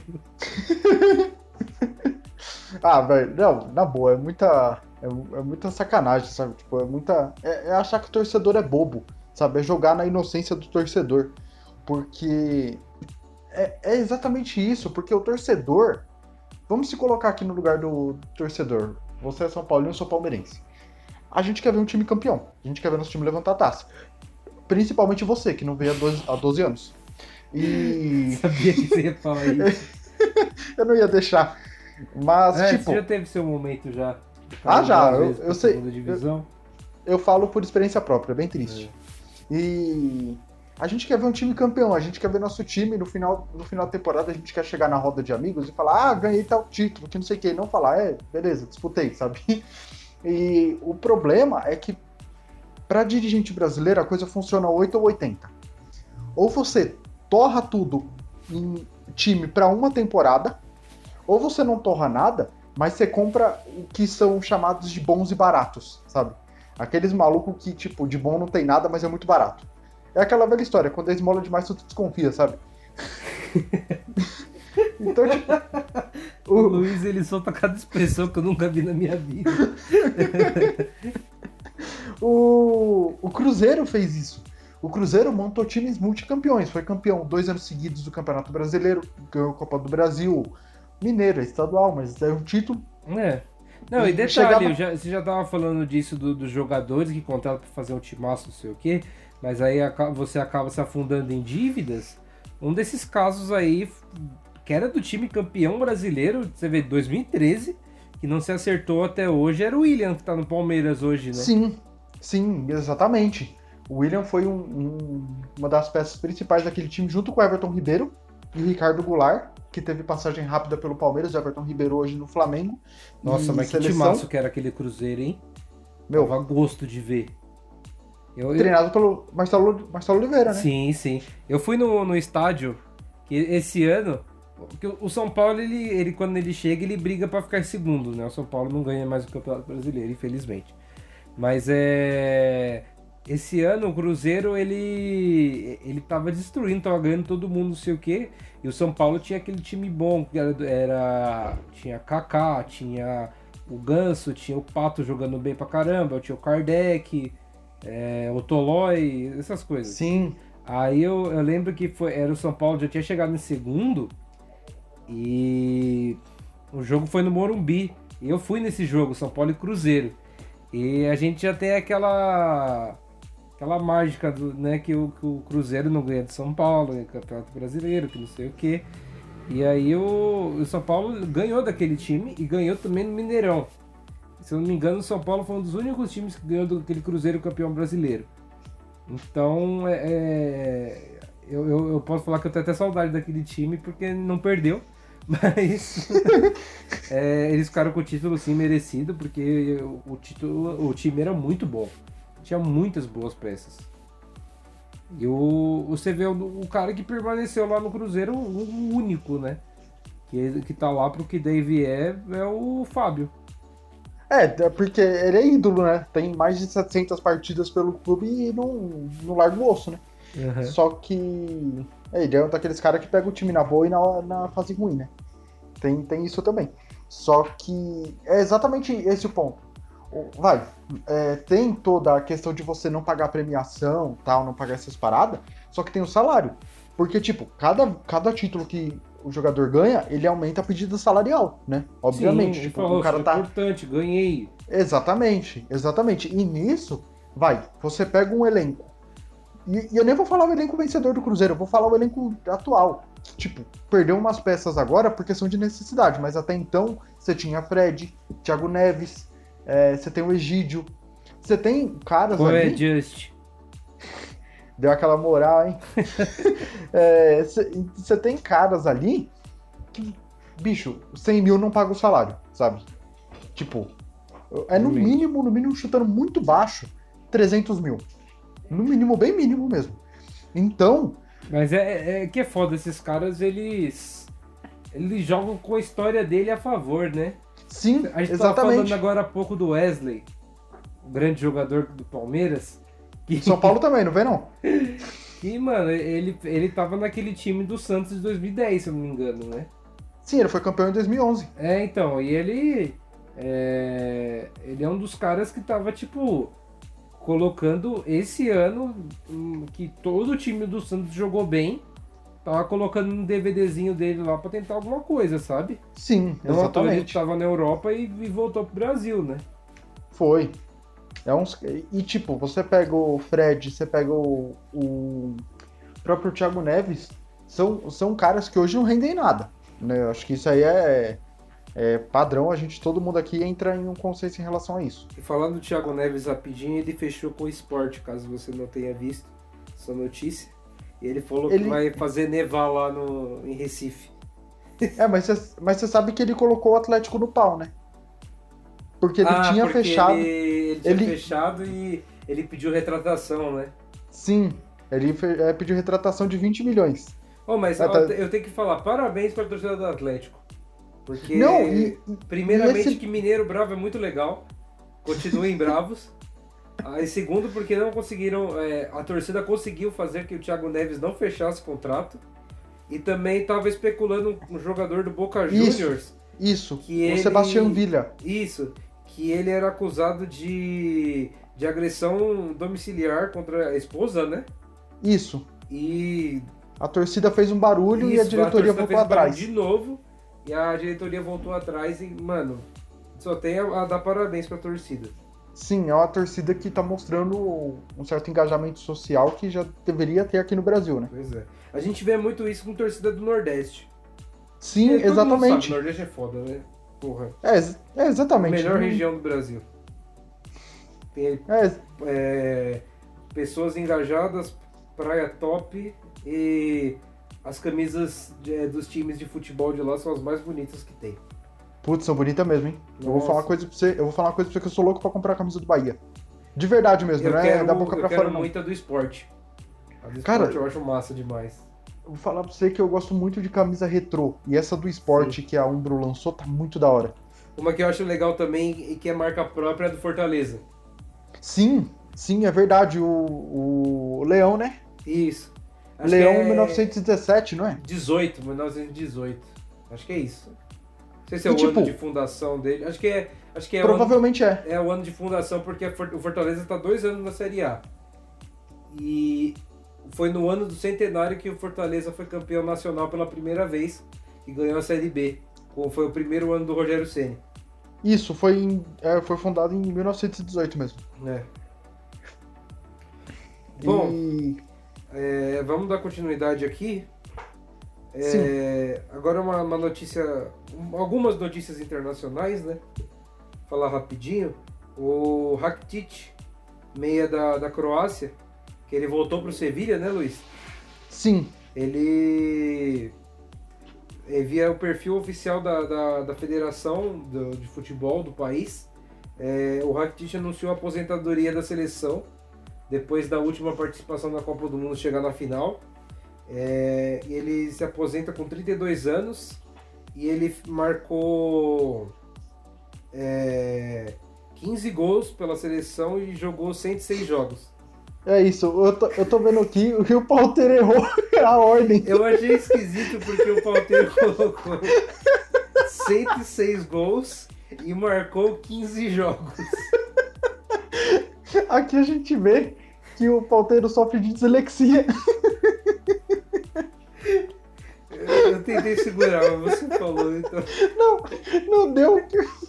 Velho, não, na boa, é muita sacanagem, sabe? Tipo, é achar que o torcedor é bobo, sabe? É jogar na inocência do torcedor. Porque é exatamente isso, porque o torcedor... Vamos se colocar aqui no lugar do torcedor. Você é São Paulino, eu sou palmeirense. A gente quer ver um time campeão. A gente quer ver nosso time levantar a taça. Principalmente você, que não veio há 12 anos. E... Sabia que você ia falar isso. Eu não ia deixar. Mas, tipo... Você já teve seu momento já? Já. Eu sei. Divisão? Eu falo por experiência própria, é bem triste. E... A gente quer ver um time campeão, a gente quer ver nosso time no final da temporada, a gente quer chegar na roda de amigos e falar, ganhei tal título, que não sei o que, não falar, beleza, disputei, sabe? E o problema é que para dirigente brasileiro a coisa funciona 8 ou 80. Ou você torra tudo em time para uma temporada, ou você não torra nada, mas você compra o que são chamados de bons e baratos, sabe? Aqueles malucos que, tipo, de bom não tem nada, mas é muito barato. É aquela velha história, quando é esmola demais, tu desconfia, sabe? Então, tipo... O Luiz, ele solta cada expressão que eu nunca vi na minha vida. O Cruzeiro fez isso. O Cruzeiro montou times multicampeões. Foi campeão 2 anos seguidos do Campeonato Brasileiro, ganhou a Copa do Brasil, Mineiro, é estadual, mas é um título. Não, e detalhe, você já tava falando disso dos jogadores que contratam pra fazer um timaço, não sei o quê, mas aí você acaba se afundando em dívidas. Um desses casos aí, que era do time campeão brasileiro, você vê, 2013, que não se acertou até hoje, era o William, que tá no Palmeiras hoje, né? Sim, exatamente. O William foi uma das peças principais daquele time, junto com o Everton Ribeiro e o Ricardo Goulart, que teve passagem rápida pelo Palmeiras, o Everton Ribeiro hoje no Flamengo. Nossa, mas que timaço que era aquele Cruzeiro, hein? Dava gosto de ver. Treinado pelo Marcelo Oliveira, né? Sim. Eu fui no estádio, que esse ano, porque o São Paulo, ele quando ele chega, ele briga pra ficar em segundo, né? O São Paulo não ganha mais o Campeonato Brasileiro, infelizmente. Mas esse ano o Cruzeiro, ele tava destruindo, tava ganhando todo mundo, não sei o quê. E o São Paulo tinha aquele time bom, que tinha Kaká, tinha o Ganso, tinha o Pato jogando bem pra caramba, tinha o Kardec, o Tolói, essas coisas. Sim. Aí eu lembro que era o São Paulo, já tinha chegado em segundo, E o jogo foi no Morumbi. E eu fui nesse jogo, São Paulo e Cruzeiro. E a gente já tem aquela mágica né, que o Cruzeiro não ganha de São Paulo, é Campeonato Brasileiro, que não sei o quê. E aí o São Paulo ganhou daquele time e ganhou também no Mineirão. Se eu não me engano, o São Paulo foi um dos únicos times que ganhou daquele Cruzeiro campeão brasileiro. Então, eu posso falar que eu tenho até saudade daquele time porque não perdeu. Mas eles ficaram com o título sim merecido, porque o time era muito bom. Tinha muitas boas peças. E você vê o cara que permaneceu lá no Cruzeiro, o único, né? Que tá lá pro que daí vier é o Fábio. Porque ele é ídolo, né? Tem mais de 700 partidas pelo clube e não larga o osso, né? Uhum. Só que ele é um daqueles caras que pega o time na boa e na fase ruim, né? Tem isso também. Só que é exatamente esse o ponto. Tem toda a questão de você não pagar premiação, tal, não pagar essas paradas, só que tem o salário. Porque, tipo, cada título que o jogador ganha, ele aumenta a pedida salarial, né? Obviamente. Sim, tipo, falou, o cara tá... importante, ganhei. Exatamente. E nisso, você pega um elenco. E eu nem vou falar o elenco vencedor do Cruzeiro, eu vou falar o elenco atual. Tipo, perdeu umas peças agora por questão de necessidade, mas até então você tinha Fred, Thiago Neves, você tem o Egídio, você tem caras ali... Just. Deu aquela moral, hein? Você tem caras ali que, bicho, 100 mil não paga o salário, sabe? Tipo, no mínimo, chutando muito baixo, 300 mil. No mínimo, bem mínimo mesmo. Então... Mas que é foda, esses caras, eles jogam com a história dele a favor, né? Sim, a gente exatamente. tava falando agora há pouco do Wesley, o grande jogador do Palmeiras. São Paulo também, não vem não? E, mano, ele tava naquele time do Santos de 2010, se eu não me engano, né? Sim, ele foi campeão em 2011. Então, e ele é um dos caras que tava, tipo, colocando esse ano que todo o time do Santos jogou bem, tava colocando um DVDzinho dele lá pra tentar alguma coisa, sabe? Sim, então, exatamente. Ele tava na Europa e voltou pro Brasil, né? Foi. E tipo, você pega o Fred, você pega o próprio Thiago Neves, são caras que hoje não rendem nada, né? Eu acho que isso aí é padrão, todo mundo aqui entra em um consenso em relação a isso. E falando do Thiago Neves rapidinho, ele fechou com o Sport, caso você não tenha visto essa notícia. E ele falou que vai fazer nevar lá em Recife. Mas você sabe que ele colocou o Atlético no pau, né? Porque ele tinha fechado. Ele tinha fechado e ele pediu retratação, né? Sim, ele pediu retratação de 20 milhões. Mas eu tenho que falar, parabéns para a torcida do Atlético. Porque, primeiramente, que Mineiro Bravo é muito legal. Continuem bravos. E segundo, porque não conseguiram. A torcida conseguiu fazer que o Thiago Neves não fechasse o contrato. E também estava especulando um jogador do Boca Juniors. Isso, o Sebastião Villa. Isso, que ele era acusado de agressão domiciliar contra a esposa, né? Isso. E a torcida fez um barulho e a diretoria voltou atrás. De novo, e a diretoria voltou atrás e, mano, só tem a dar parabéns pra torcida. Sim, é uma torcida que tá mostrando um certo engajamento social que já deveria ter aqui no Brasil, né? Pois é. A gente vê muito isso com torcida do Nordeste. Sim, exatamente. O Nordeste é foda, né? Porra. Exatamente. A melhor região do Brasil. Tem pessoas engajadas, praia top e as camisas dos times de futebol de lá são as mais bonitas que tem. Putz, são bonitas mesmo, hein? Eu vou falar uma coisa pra você que eu sou louco pra comprar a camisa do Bahia. De verdade mesmo, né? Da boca pra fora, não. Eu quero muito a do esporte. A do esporte eu acho massa demais. Eu vou falar pra você que eu gosto muito de camisa retrô. E essa do esporte que a Umbro lançou tá muito da hora. Uma que eu acho legal também e que é marca própria é a do Fortaleza. Sim, é verdade. O Leão, né? Isso. Acho Leão 1917, não é? 1918. Acho que é isso. Não sei se é o ano de fundação dele. Acho que é provavelmente é o ano de fundação, porque o Fortaleza está 2 anos na Série A. E foi no ano do centenário que o Fortaleza foi campeão nacional pela primeira vez. e ganhou a Série B. Foi o primeiro ano do Rogério Ceni. Isso, foi fundado em 1918 mesmo. Bom, vamos dar continuidade aqui. Agora uma notícia, algumas notícias internacionais, né? Falar rapidinho. O Rakitic, meia da Croácia, que ele voltou pro Sevilha, né, Luiz? Sim. Ele via o perfil oficial da Federação de Futebol do país. O Rakitic anunciou a aposentadoria da seleção depois da última participação na Copa do Mundo chegar na final. E ele se aposenta com 32 anos e ele marcou 15 gols pela seleção e jogou 106 jogos. É isso, eu tô vendo aqui que o Palteiro errou a ordem. Eu achei esquisito porque o Palteiro colocou 106 gols e marcou 15 jogos. Aqui a gente vê que o Palteiro sofre de dislexia. Eu tentei segurar, mas você falou, então. Não deu.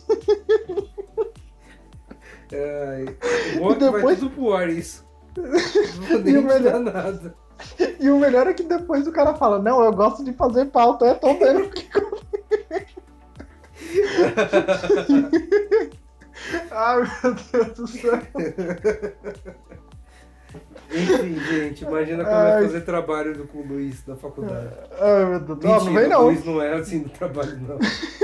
O bom é que vai tudo pro ar isso. Não vou nem tirar nada. E o melhor é que depois o cara fala, não, eu gosto de fazer pauta, tô vendo que... Ai, meu Deus do céu. Enfim, gente, imagina como é fazer trabalho com o Luiz na faculdade. Ai, meu Deus. Mentira, não vem não. O Luiz não é assim no trabalho, não.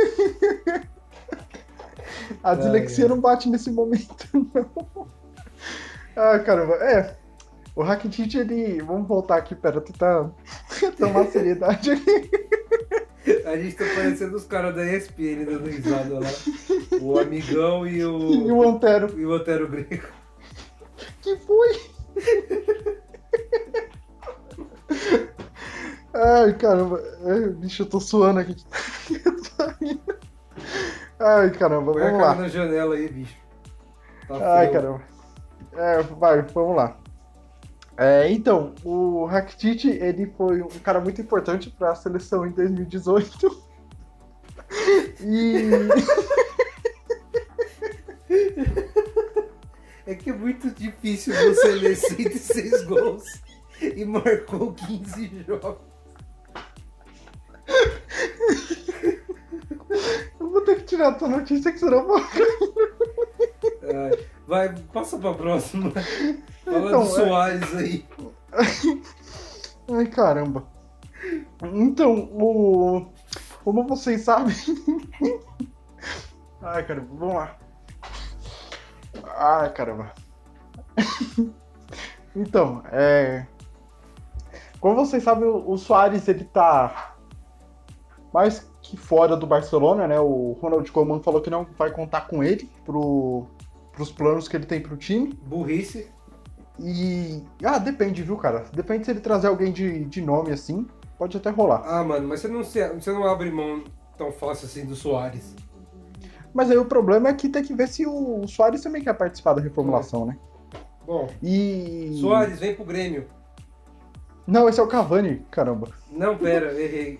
A dislexia não bate nesse momento, não. Ai, caramba. O Rakitic, ele... Vamos voltar aqui, pera, tentar tomar seriedade aqui. A gente tá parecendo os caras da ESPN dando risada lá. O Amigão e o... E o Antero. E o Antero Grego. Que foi? Ai, caramba. Bicho, eu tô suando aqui. Ai, caramba, Põe vamos a cara lá. na janela aí, bicho. Tá Ai, feio. caramba. Vai, vamos lá. Então, o Rakitic, ele foi um cara muito importante para a seleção em 2018. E... É que é muito difícil você ler 106 gols e marcou 15 jogos. Eu vou ter que tirar a tua notícia que senão eu vou... Vai, passa pra próxima. Fala Então, do Soares aí. Ai, caramba. Então, como vocês sabem... Ai, caramba, vamos lá. Ai, caramba. Então, como vocês sabem, o Soares, ele tá mais que fora do Barcelona, né? O Ronald Koeman falou que não vai contar com ele pros planos que ele tem pro time. Burrice. E... depende, viu, cara? Depende se ele trazer alguém de nome, assim, pode até rolar. Mano, mas você não abre mão tão fácil assim do Soares. Mas aí o problema é que tem que ver se o Soares também quer participar da reformulação, né? Bom, E... Soares, vem pro Grêmio. Não, esse é o Cavani, caramba. Não, pera, errei.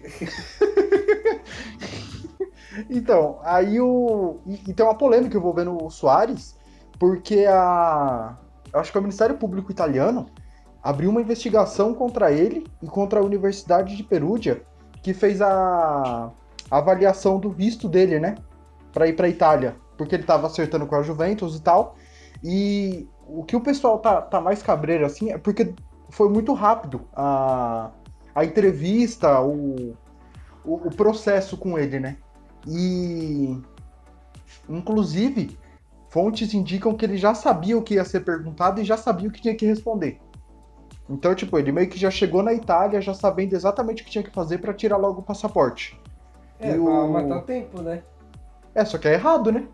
Então, aí E tem uma polêmica envolvendo o Soares, porque eu acho que o Ministério Público italiano abriu uma investigação contra ele e contra a Universidade de Perugia, que fez a avaliação do visto dele, né? Pra ir pra Itália, porque ele tava acertando com a Juventus e tal. E o que o pessoal tá mais cabreiro, assim, é porque foi muito rápido a entrevista, o processo com ele, né? E, inclusive, fontes indicam que ele já sabia o que ia ser perguntado e já sabia o que tinha que responder. Então, tipo, ele meio que já chegou na Itália já sabendo exatamente o que tinha que fazer pra tirar logo o passaporte. Pra matar tempo, né? Só que é errado, né?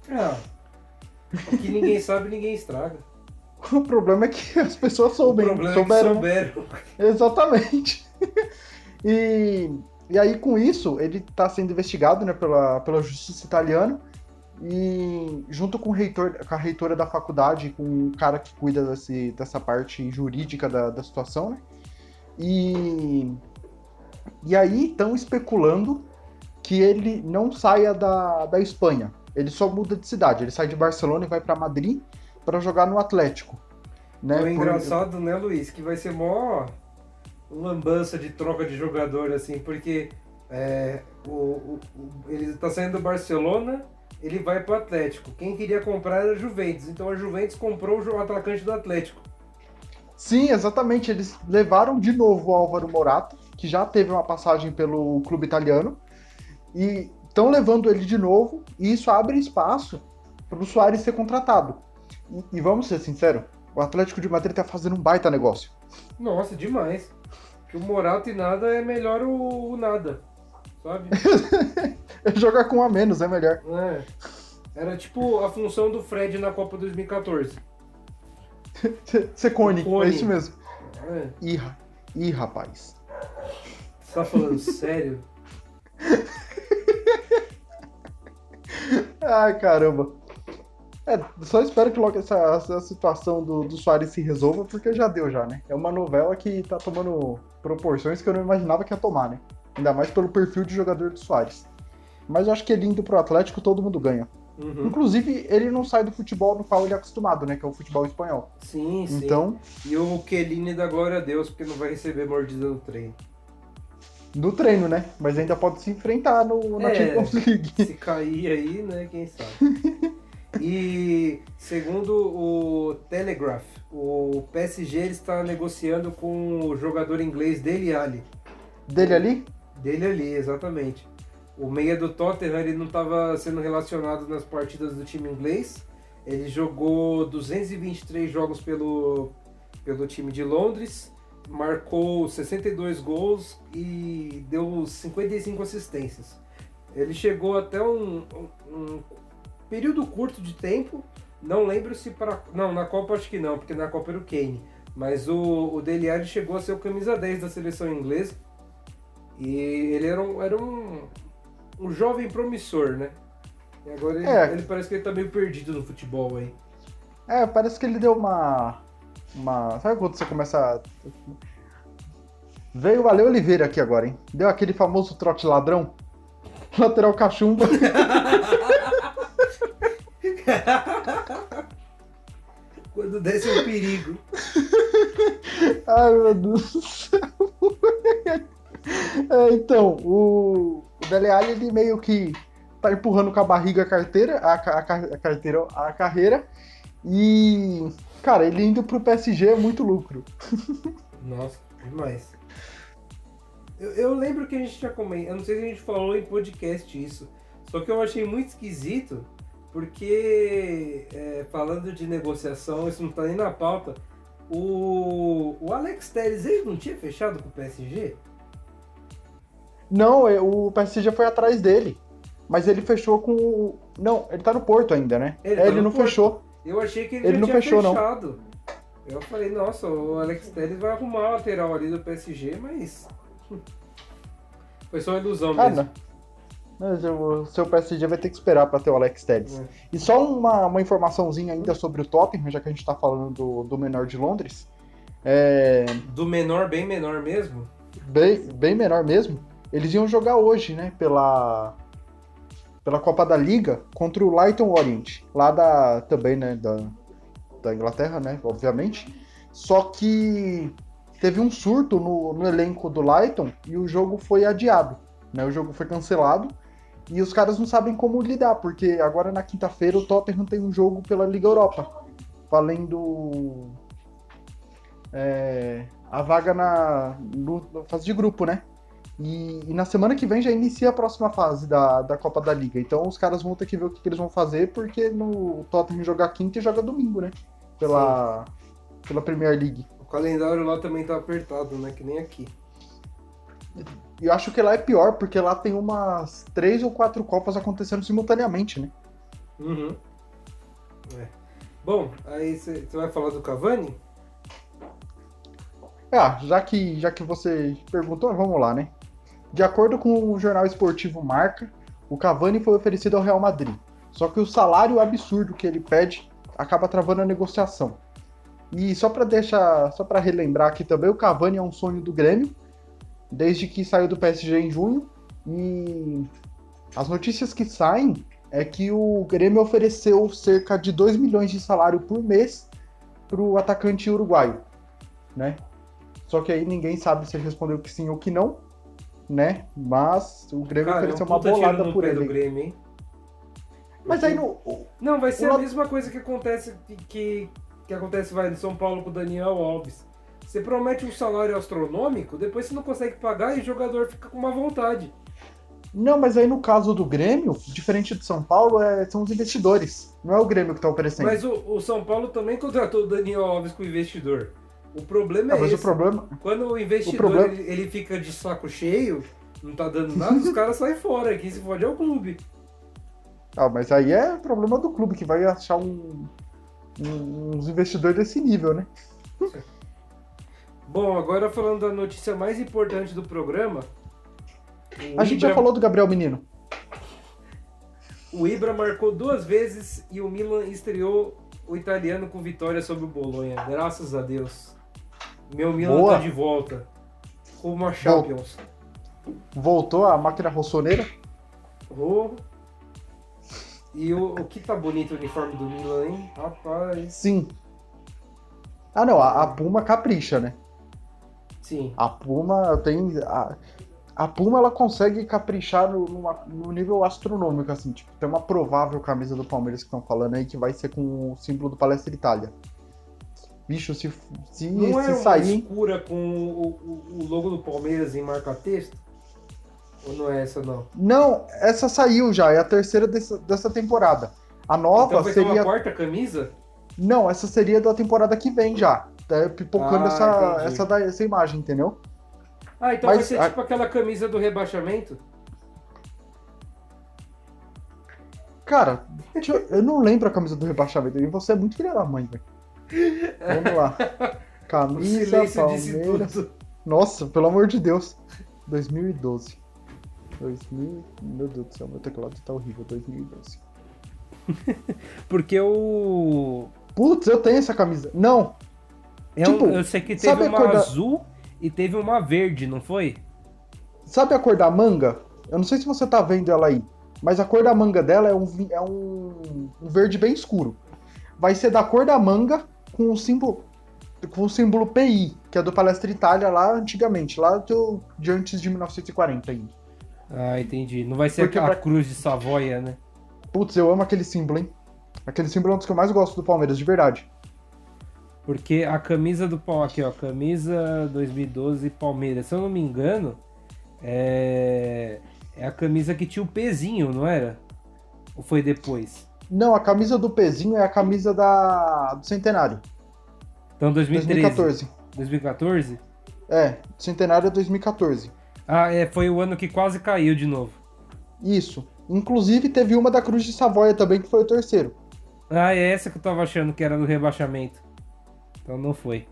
O que ninguém sabe, ninguém estraga. O problema é que as pessoas souberam. O problema é que souberam. Exatamente. E aí, com isso, ele está sendo investigado, né, pela justiça italiana, e junto com a reitora da faculdade, com o cara que cuida dessa parte jurídica da situação, né? E E aí estão especulando que ele não saia da Espanha. Ele só muda de cidade. Ele sai de Barcelona e vai para Madrid para jogar no Atlético. Né? O engraçado, né, Luiz, que vai ser mó lambança de troca de jogador, assim, porque ele tá saindo do Barcelona, ele vai pro Atlético. Quem queria comprar era a Juventus, então a Juventus comprou o atacante do Atlético. Sim, exatamente. Eles levaram de novo o Álvaro Morata, que já teve uma passagem pelo clube italiano, e estão levando ele de novo, e isso abre espaço para o Suárez ser contratado. E vamos ser sinceros, o Atlético de Madrid tá fazendo um baita negócio. Nossa, demais. Que o Morata e nada é melhor o nada, sabe? Jogar com um a menos é melhor. Era tipo a função do Fred na Copa 2014. Ser cone, é isso mesmo. É. Ih, rapaz. Você tá falando sério? Ai, caramba. Só espero que logo essa situação do Suárez se resolva, porque já deu já, né? É uma novela que tá tomando proporções que eu não imaginava que ia tomar, né? Ainda mais pelo perfil de jogador do Suárez. Mas eu acho que ele indo pro Atlético, todo mundo ganha. Uhum. Inclusive, ele não sai do futebol no qual ele é acostumado, né? Que é o futebol espanhol. Sim, sim. Então, e o Chiellini dá glória a Deus, porque não vai receber mordida no treino. no treino, né? Mas ainda pode se enfrentar na Champions League. Se cair aí, né? Quem sabe. E segundo o Telegraph, o PSG está negociando com o jogador inglês Dele Alli. Dele ali? Dele ali, exatamente. O meia do Tottenham, ele não estava sendo relacionado nas partidas do time inglês. Ele jogou 223 jogos pelo time de Londres, marcou 62 gols e deu 55 assistências. Ele chegou até um período curto de tempo, não lembro se Não, na Copa acho que não, porque na Copa era o Kane. Mas o Dele Alli chegou a ser o camisa 10 da seleção inglesa. E ele era um jovem promissor, né? E agora ele parece que ele tá meio perdido no futebol aí. Parece que ele deu uma... Sabe quando você começa a... Veio o Ale Oliveira aqui agora, hein? Deu aquele famoso trote ladrão. Lateral cachumba. Quando desce é um perigo. Ai, meu Deus do céu. Então, o Dele Alli, ele meio que tá empurrando com a barriga a carreira. E, cara, ele indo pro PSG é muito lucro. Nossa, demais. Eu lembro que a gente já comentou, eu não sei se a gente falou em podcast isso, só que eu achei muito esquisito, porque falando de negociação, isso não tá nem na pauta, o Alex Telles, ele não tinha fechado com o PSG? Não, o PSG foi atrás dele, mas ele fechou com... Não, ele tá no Porto ainda, né? Ele não fechou. Eu achei que ele já tinha fechado. Eu falei, nossa, o Alex Telles vai arrumar a lateral ali do PSG, mas... Foi só uma ilusão mesmo. Mas o seu PSG vai ter que esperar para ter o Alex Telles. E só uma informaçãozinha ainda sobre o Tottenham, já que a gente tá falando do menor de Londres. Do menor, bem menor mesmo? Bem menor mesmo. Eles iam jogar hoje, né, pela Copa da Liga contra o Leyton Orient, lá também, né, da Inglaterra, né, obviamente. Só que teve um surto no elenco do Leyton e o jogo foi adiado, né, o jogo foi cancelado e os caras não sabem como lidar, porque agora na quinta-feira o Tottenham tem um jogo pela Liga Europa, valendo a vaga na fase de grupo, né? E na semana que vem já inicia a próxima fase da Copa da Liga. Então os caras vão ter que ver o que eles vão fazer, porque o Tottenham joga quinta e joga domingo, né? Pela Premier League. O calendário lá também tá apertado, né? Que nem aqui. E eu acho que lá é pior, porque lá tem umas 3 ou 4 Copas acontecendo simultaneamente, né? Uhum. Bom, aí você vai falar do Cavani? Já que você perguntou, vamos lá, né? De acordo com o jornal esportivo Marca, o Cavani foi oferecido ao Real Madrid. Só que o salário absurdo que ele pede acaba travando a negociação. E só para relembrar aqui também, o Cavani é um sonho do Grêmio. desde que saiu do PSG em junho. E as notícias que saem é que o Grêmio ofereceu cerca de 2 milhões de salário por mês para o atacante uruguaio, né? Só que aí ninguém sabe se ele respondeu que sim ou que não, né? Mas o Grêmio ofereceu uma bolada por ele. Do Grêmio, hein? Mas aí no... Não, vai ser a mesma coisa que acontece que acontece no São Paulo com o Daniel Alves. Você promete um salário astronômico, depois você não consegue pagar e o jogador fica com má vontade. Não, mas aí no caso do Grêmio, diferente do São Paulo, são os investidores. Não é o Grêmio que está oferecendo. Mas o São Paulo também contratou o Daniel Alves com o investidor. O problema mas esse. O problema... Quando o investidor ele fica de saco cheio, não tá dando nada, os caras saem fora. Quem se fode é o clube. Mas aí é problema do clube, que vai achar uns investidores desse nível, né? Bom, agora falando da notícia mais importante do programa... A gente já falou do Gabriel Menino. O Ibra marcou 2 vezes e o Milan estreou o italiano com vitória sobre o Bolonha. Graças a Deus. Meu Milan tá de volta. Rumo a Champions. Voltou a máquina rossoneira? E o que tá bonito o uniforme do Milan, hein? Rapaz. Sim. Não, a Puma capricha, né? Sim. A Puma tem... A Puma, ela consegue caprichar no nível astronômico, assim, tipo, tem uma provável camisa do Palmeiras que estão falando aí que vai ser com o símbolo do Palestra Itália. Bicho, se não é sair... uma escura com o logo do Palmeiras em marca-texto? Ou não é essa, não? Não, essa saiu já, é a terceira dessa temporada. A nova então vai seria... ter uma quarta camisa? Não, essa seria da temporada que vem já. Tá pipocando essa imagem, entendeu? Então vai ser tipo aquela camisa do rebaixamento? Cara, eu não lembro a camisa do rebaixamento. E você é muito filha da mãe, velho. Vamos lá. Camisa Palmeiras. Nossa, pelo amor de Deus. 2012. Meu Deus do céu, meu teclado tá horrível. 2012. Porque o... Putz, eu tenho essa camisa. Não. Eu sei que teve uma azul... E teve uma verde, não foi? Sabe a cor da manga? Eu não sei se você tá vendo ela aí, mas a cor da manga dela é um verde bem escuro. Vai ser da cor da manga com o símbolo PI, que é do Palestra Itália lá antigamente, lá de antes de 1940 ainda. Entendi. Não vai ser aquela cruz de Savoia, né? Putz, eu amo aquele símbolo, hein? Aquele símbolo é um dos que eu mais gosto do Palmeiras, de verdade. Porque a camisa do aqui, ó, camisa 2012 Palmeiras, se eu não me engano, é a camisa que tinha o pezinho, não era? Ou foi depois? Não, a camisa do pezinho é a camisa do Centenário. Então 2013. 2014. 2014? Centenário é 2014. Foi o ano que quase caiu de novo. Isso. Inclusive teve uma da Cruz de Savoia também, que foi o terceiro. É essa que eu tava achando que era do rebaixamento. Então não foi.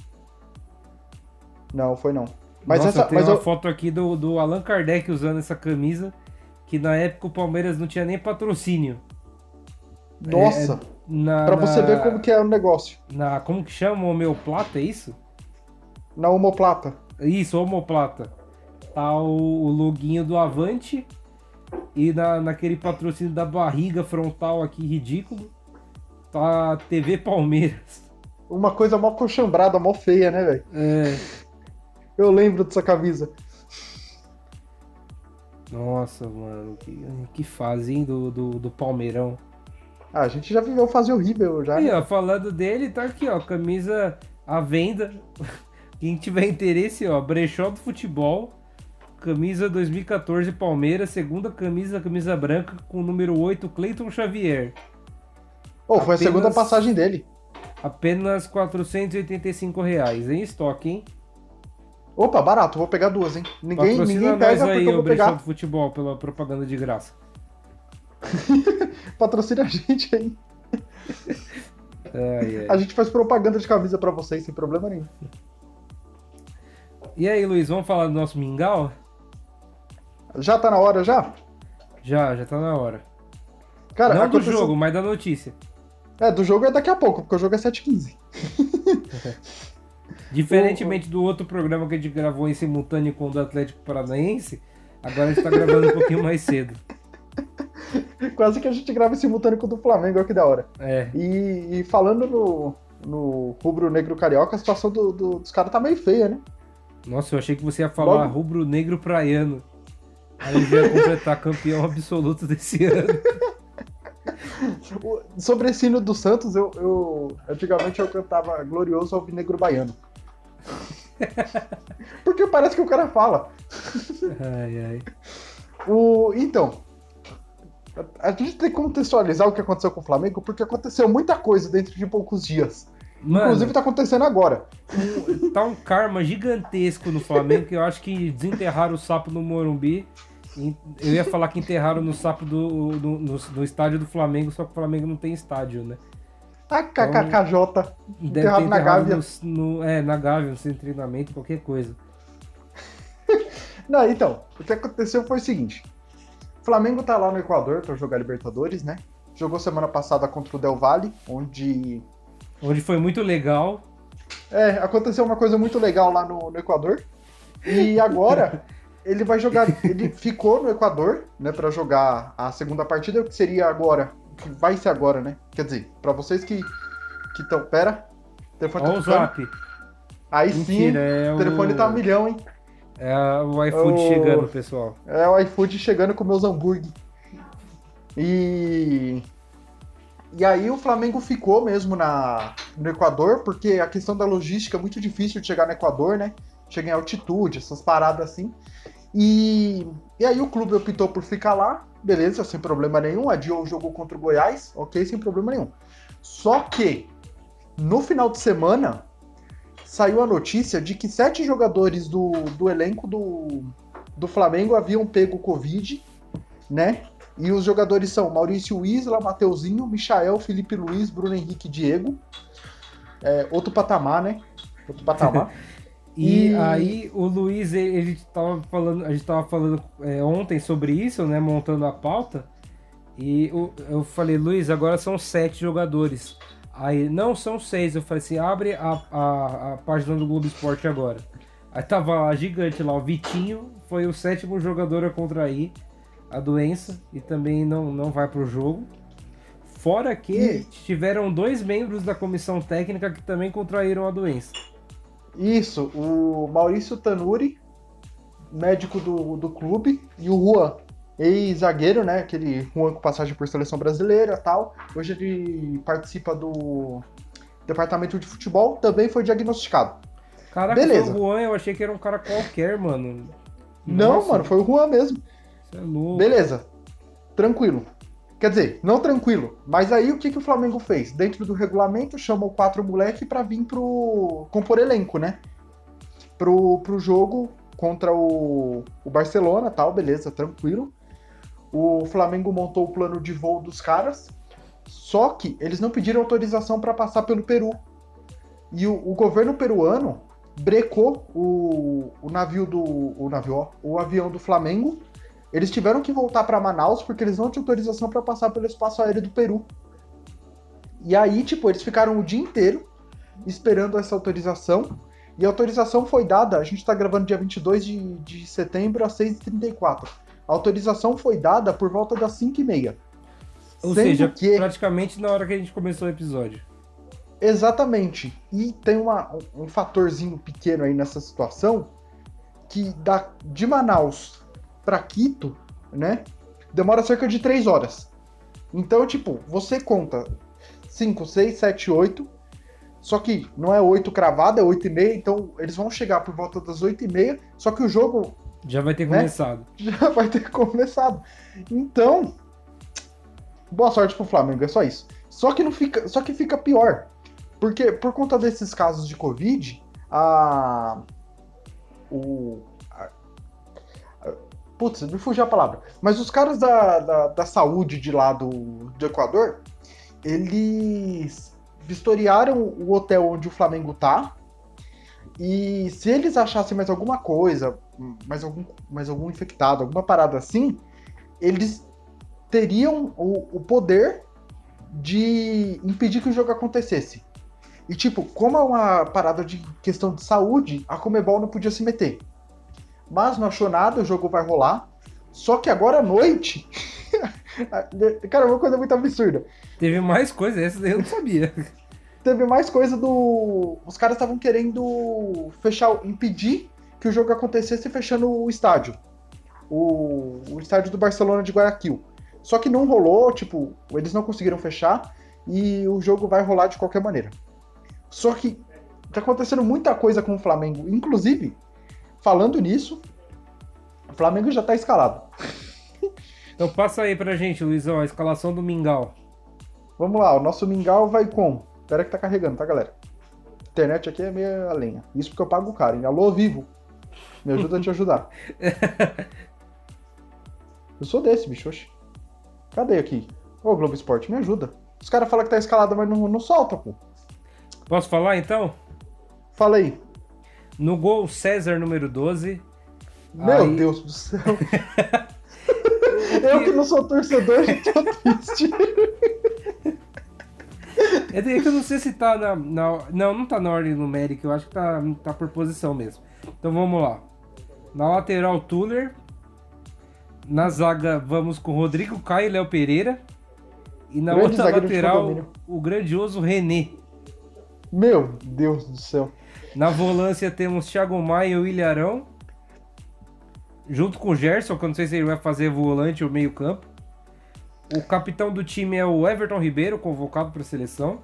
Não, foi não. Mas Nossa, tem uma foto aqui do Allan Kardec usando essa camisa, que na época o Palmeiras não tinha nem patrocínio. Nossa! Pra você ver como que é o negócio. Como que chama? Homeoplata, é isso? Na omoplata. Isso, omoplata. Tá o loguinho do Avante e naquele patrocínio da barriga frontal aqui, ridículo, tá a TV Palmeiras. Uma coisa mó coxambrada, mó feia, né, velho? Eu lembro dessa camisa. Nossa, mano, que fase do Palmeirão. A gente já viveu fase horrível já. E ó, falando dele, tá aqui, ó, camisa à venda. Quem tiver interesse, ó, Brechó do Futebol, camisa 2014 Palmeiras, segunda camisa branca com o número 8, Cleiton Xavier. Foi a segunda passagem dele. Apenas R$485 em estoque, hein? Opa, barato, vou pegar duas, hein? Ninguém pega aí, porque eu vou pegar. Brechó do Futebol, pela propaganda de graça. Patrocina a gente aí. A gente faz propaganda de camisa pra vocês sem problema nenhum. E aí, Luiz, vamos falar do nosso mingau? Já tá na hora, já? Já tá na hora. Cara, não do jogo, mas da notícia. Do jogo é daqui a pouco, porque o jogo é 7h15. Diferentemente do outro programa que a gente gravou em simultâneo com o do Atlético Paranaense, agora a gente tá gravando um pouquinho mais cedo. Quase que a gente grava em simultâneo com o do Flamengo, olha que da hora. É. E falando no rubro-negro carioca, a situação dos caras tá meio feia, né? Nossa, eu achei que você ia falar rubro-negro praiano. Aí ele ia completar campeão absoluto desse ano. Sobre esse hino do Santos, antigamente eu cantava Glorioso Alvinegro Baiano. Porque parece que o cara fala. Ai. Então, a gente tem que contextualizar o que aconteceu com o Flamengo, porque aconteceu muita coisa dentro de poucos dias. Mano, inclusive tá acontecendo agora. Tá um karma gigantesco no Flamengo, que eu acho que desenterraram o sapo no Morumbi. Eu ia falar que enterraram no sapo no estádio do Flamengo, só que o Flamengo não tem estádio, né? A KKKJ, enterrado na Gávea. Na Gávea, no centro de treinamento, qualquer coisa. Não, então, o que aconteceu foi o seguinte. O Flamengo tá lá no Equador pra jogar Libertadores, né? Jogou semana passada contra o Del Valle, onde foi muito legal. Aconteceu uma coisa muito legal lá no Equador. E agora ele vai jogar. Ele ficou no Equador, né, pra jogar a segunda partida, que seria agora. Que vai ser agora, né? Quer dizer, pra vocês que estão. Pera. O telefone tá tocando. Zap. Aí mentira, sim, o telefone tá 1 milhão, hein? É o iFood chegando, pessoal. É o iFood chegando com meus hambúrguer. E aí o Flamengo ficou mesmo no Equador, porque a questão da logística é muito difícil de chegar no Equador, né? Chega em altitude, essas paradas assim. E aí o clube optou por ficar lá, beleza, sem problema nenhum, adiou o jogo contra o Goiás, ok, sem problema nenhum. Só que, no final de semana, saiu a notícia de que 7 jogadores do elenco do Flamengo haviam pego Covid, né? E os jogadores são Maurício Isla, Mateuzinho, Michael, Felipe Luiz, Bruno Henrique e Diego. Outro patamar, né? Outro patamar. E aí o Luiz, a gente tava falando ontem sobre isso, né? Montando a pauta. E eu falei, Luiz, agora são 7 jogadores. Aí, não, são 6. Eu falei assim, abre a página do Globo Esporte agora. Aí tava lá, gigante lá, o Vitinho foi o 7º jogador a contrair a doença e também não vai pro jogo. Fora que tiveram 2 membros da comissão técnica que também contraíram a doença. Isso, o Maurício Tanuri, médico do clube, e o Juan, ex-zagueiro, né? Aquele Juan com passagem por seleção brasileira e tal. Hoje ele participa do departamento de futebol, também foi diagnosticado. Caraca, beleza. Foi o Juan, eu achei que era um cara qualquer, mano. Não, nossa, mano, foi o Juan mesmo. Você é louco. Beleza, tranquilo. Quer dizer, não tranquilo, mas aí o que o Flamengo fez? Dentro do regulamento, chamou 4 moleques pra vir compor elenco, né? Pro jogo contra o Barcelona, tal, beleza, tranquilo. O Flamengo montou o plano de voo dos caras, só que eles não pediram autorização para passar pelo Peru. E o governo peruano brecou o avião do Flamengo. Eles tiveram que voltar para Manaus porque eles não tinham autorização para passar pelo espaço aéreo do Peru. E aí, eles ficaram o dia inteiro esperando essa autorização. E a autorização foi dada, a gente está gravando dia 22 de setembro às 6h34. A autorização foi dada por volta das 5h30. Ou seja, praticamente na hora que a gente começou o episódio. Exatamente. E tem um fatorzinho pequeno aí nessa situação, que de Manaus para Quito, né, demora cerca de 3 horas. Então, você conta 5, 6, 7, 8, só que não é 8 cravado, é 8h30, então eles vão chegar por volta das 8h30, só que o jogo... já vai ter começado. Já vai ter começado. Então, boa sorte pro Flamengo, é só isso. Só que fica pior, porque por conta desses casos de Covid, putz, me fugiu a palavra. Mas os caras da saúde de lá do Equador, eles vistoriaram o hotel onde o Flamengo tá. E se eles achassem mais alguma coisa, mais algum infectado, alguma parada assim, eles teriam o poder de impedir que o jogo acontecesse. E, tipo, como é uma parada de questão de saúde, a Conmebol não podia se meter. Mas não achou nada, o jogo vai rolar. Só que agora à noite... Cara, uma coisa muito absurda. Teve mais coisa, essa daí eu não sabia. Teve mais coisa do... Os caras estavam querendo impedir que o jogo acontecesse fechando o estádio. O estádio do Barcelona de Guayaquil. Só que não rolou, tipo, eles não conseguiram fechar e o jogo vai rolar de qualquer maneira. Só que tá acontecendo muita coisa com o Flamengo. Inclusive, falando nisso, o Flamengo já tá escalado. Então passa aí pra gente, Luizão, a escalação do Mingau. Vamos lá, o nosso Mingau vai com... Espera que tá carregando, tá, galera? A internet aqui é meio a lenha. Isso porque eu pago caro, hein? Alô, Vivo. Me ajuda a te ajudar. Eu sou desse, bicho. Oxi. Cadê aqui? Ô, Globo Esporte, me ajuda. Os caras falam que tá escalado, mas não solta, pô. Posso falar, então? Fala aí. No gol, César, número 12. Meu Aí... Deus do céu. Eu que não sou torcedor, já tô triste. É que eu não sei se tá não tá na ordem numérica, eu acho que tá por posição mesmo. Então vamos lá. Na lateral, Tuller. Na zaga, vamos com Rodrigo Caio e Léo Pereira. E na Grande outra zagueiro de lateral, condomínio. o grandioso René. Meu Deus do céu. Na volância temos Thiago Maia e o Ilharão. Junto com o Gerson, que eu não sei se ele vai fazer volante ou meio campo. O capitão do time é o Everton Ribeiro, convocado para a seleção.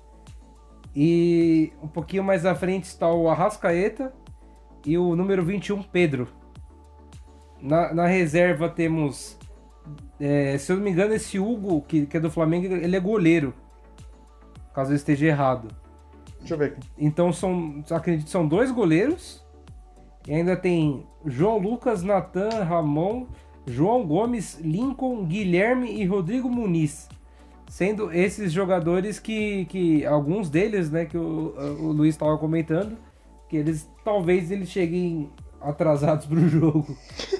E um pouquinho mais à frente está o Arrascaeta e o número 21, Pedro. Na reserva temos, se eu não me engano, esse Hugo, que é do Flamengo, ele é goleiro. Caso eu esteja errado. Deixa eu ver aqui. Então acredito que são 2 goleiros. E ainda tem João Lucas, Natan, Ramon, João Gomes, Lincoln, Guilherme e Rodrigo Muniz. Sendo esses jogadores que alguns deles, né, que o Luiz estava comentando, que talvez eles cheguem atrasados pro jogo.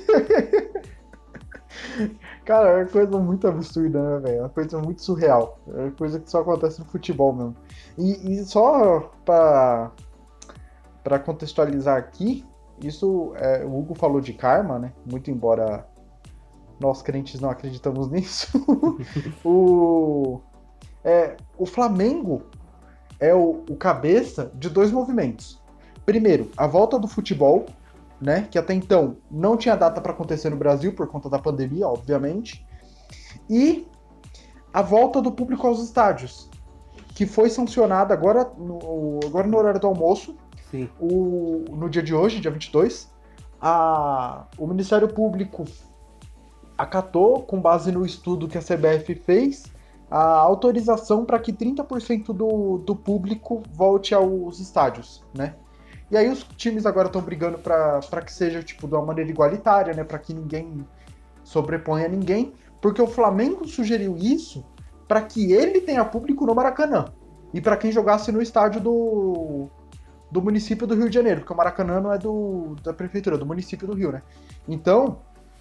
Cara, é uma coisa muito absurda, né, velho? É uma coisa muito surreal. É uma coisa que só acontece no futebol mesmo. E só pra contextualizar aqui, isso, o Hugo falou de karma, né? Muito embora nós crentes não acreditamos nisso. O Flamengo é o cabeça de 2 movimentos. Primeiro, a volta do futebol, né? Que até então não tinha data para acontecer no Brasil por conta da pandemia, obviamente. E a volta do público aos estádios, que foi sancionada agora no horário do almoço. Sim. No dia de hoje, dia 22, o Ministério Público acatou, com base no estudo que a CBF fez, a autorização para que 30% do público volte aos estádios, né? E aí os times agora estão brigando para que seja tipo de uma maneira igualitária, né? Para que ninguém sobreponha ninguém, porque o Flamengo sugeriu isso para que ele tenha público no Maracanã e para quem jogasse no estádio do município do Rio de Janeiro, porque o Maracanã não é da prefeitura, do município do Rio, né? Então,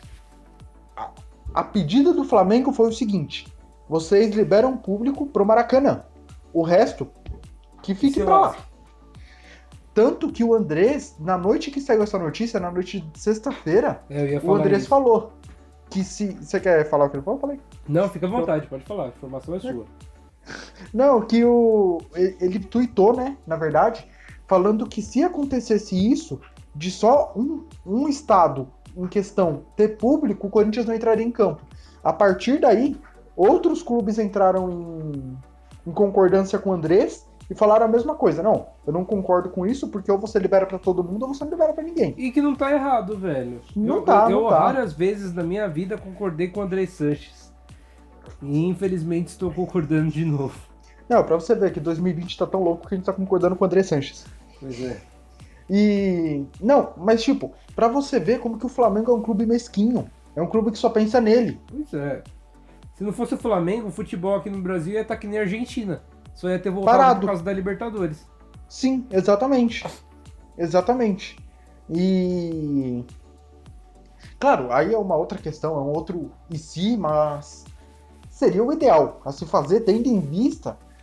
a pedida do Flamengo foi o seguinte: vocês liberam público pro Maracanã, o resto que fique pra lá. Tanto que o Andrés, na noite que saiu essa notícia, na noite de sexta-feira, o Andrés falou que se... Você quer falar o que ele falou? Falei. Não, fica à vontade, pode falar, a informação é sua. Não, que ele tuitou, né, na verdade, falando que se acontecesse isso, de só um estado em questão ter público, o Corinthians não entraria em campo. A partir daí, outros clubes entraram em concordância com o Andrés e falaram a mesma coisa. Não, eu não concordo com isso, porque ou você libera pra todo mundo ou você não libera pra ninguém. E que não tá errado, velho. Não tá. Várias vezes na minha vida concordei com o André Sanches. E infelizmente estou concordando de novo. Não, pra você ver que 2020 tá tão louco que a gente tá concordando com o André Sanches. Pois é. Não, mas tipo, pra você ver como que o Flamengo é um clube mesquinho. É um clube que só pensa nele. Pois é. Se não fosse o Flamengo, o futebol aqui no Brasil ia estar que nem a Argentina. Só ia ter voltado Parado. Por causa da Libertadores. Sim, exatamente. Exatamente. E... Claro, aí é uma outra questão, é um outro e se, mas seria o ideal a se fazer tendo em vista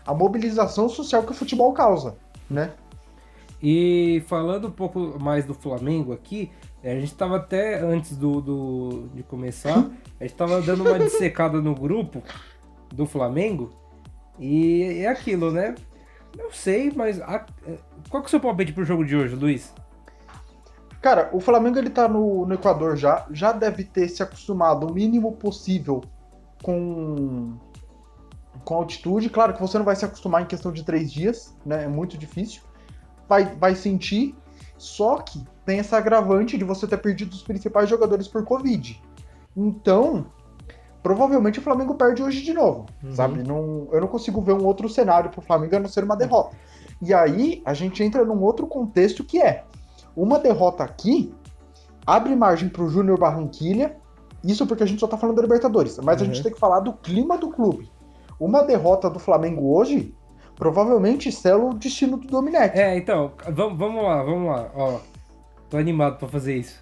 a mobilização social que o futebol causa, né? E falando um pouco mais do Flamengo aqui, a gente estava até antes de começar, a gente estava dando uma dissecada no grupo do Flamengo, e é aquilo, né? Não sei, mas qual que é o seu palpite pro jogo de hoje, Luiz? Cara, o Flamengo ele tá no Equador já deve ter se acostumado o mínimo possível com altitude. Claro que você não vai se acostumar em questão de 3 dias, né? É muito difícil. Vai sentir, só que tem essa agravante de você ter perdido os principais jogadores por Covid. Então, provavelmente o Flamengo perde hoje de novo, sabe? Eu não consigo ver um outro cenário pro Flamengo a não ser uma derrota. E aí, a gente entra num outro contexto que é uma derrota aqui abre margem pro Júnior Barranquilla, isso porque a gente só tá falando da Libertadores, mas a gente tem que falar do clima do clube. Uma derrota do Flamengo hoje provavelmente sela o destino do Domenech. Então, vamos lá, ó. Tô animado pra fazer isso.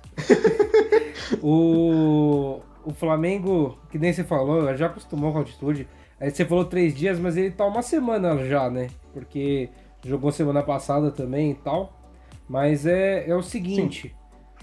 O Flamengo, que nem você falou, já acostumou com a altitude. Aí você falou 3 dias, mas ele tá uma semana já, né? Porque jogou semana passada também e tal. Mas é o seguinte,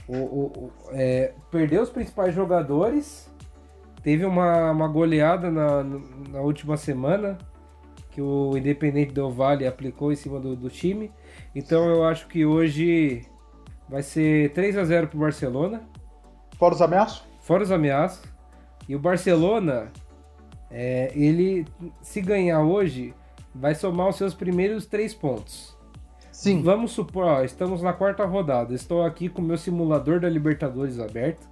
perdeu os principais jogadores, teve uma goleada na última semana, que o Independente Del Valle aplicou em cima do time. Então eu acho que hoje vai ser 3-0 pro Barcelona. Fora os ameaços? Fora os ameaços. E o Barcelona, ele, se ganhar hoje, vai somar os seus primeiros 3 pontos. Sim. Vamos supor, estamos na 4ª rodada. Estou aqui com o meu simulador da Libertadores aberto.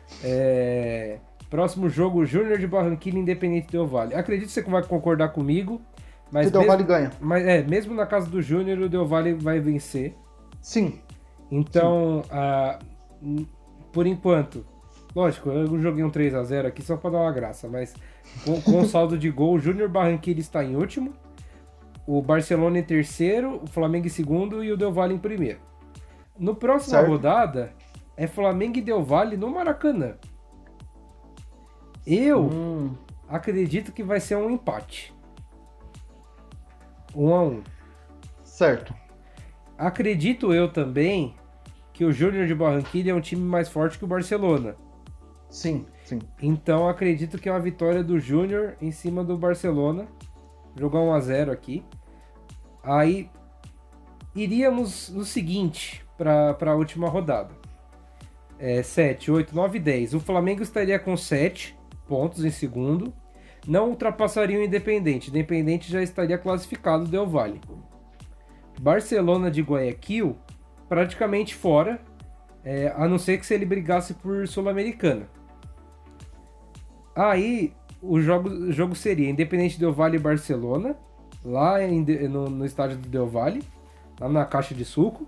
Próximo jogo, Júnior de Barranquilla e Independente Del Valle. Acredito que você vai concordar comigo. Mas que o Del Valle ganha. Mas mesmo na casa do Júnior, o Del Valle vai vencer. Sim. Então, por enquanto, lógico, eu joguei um 3-0 aqui só para dar uma graça, mas com saldo de gol, o Júnior Barranquilla está em último, o Barcelona em terceiro, o Flamengo em segundo e o Del Valle em primeiro. No próxima rodada, é Flamengo e Del Valle no Maracanã. Eu acredito que vai ser um empate. 1-1. Certo. Acredito eu também que o Júnior de Barranquilla é um time mais forte que o Barcelona. Sim. Então acredito que é uma vitória do Júnior em cima do Barcelona. Jogar 1-0 aqui. Aí iríamos no seguinte para a última rodada. 7, 8, 9, 10. O Flamengo estaria com 7 pontos em segundo. Não ultrapassaria o Independente. O Independente já estaria classificado do Del Valle. Barcelona de Guayaquil, praticamente fora, a não ser que se ele brigasse por Sul-Americana. Aí o jogo seria Independente Del Valle e Barcelona, lá no estádio do Del Valle, lá na caixa de suco.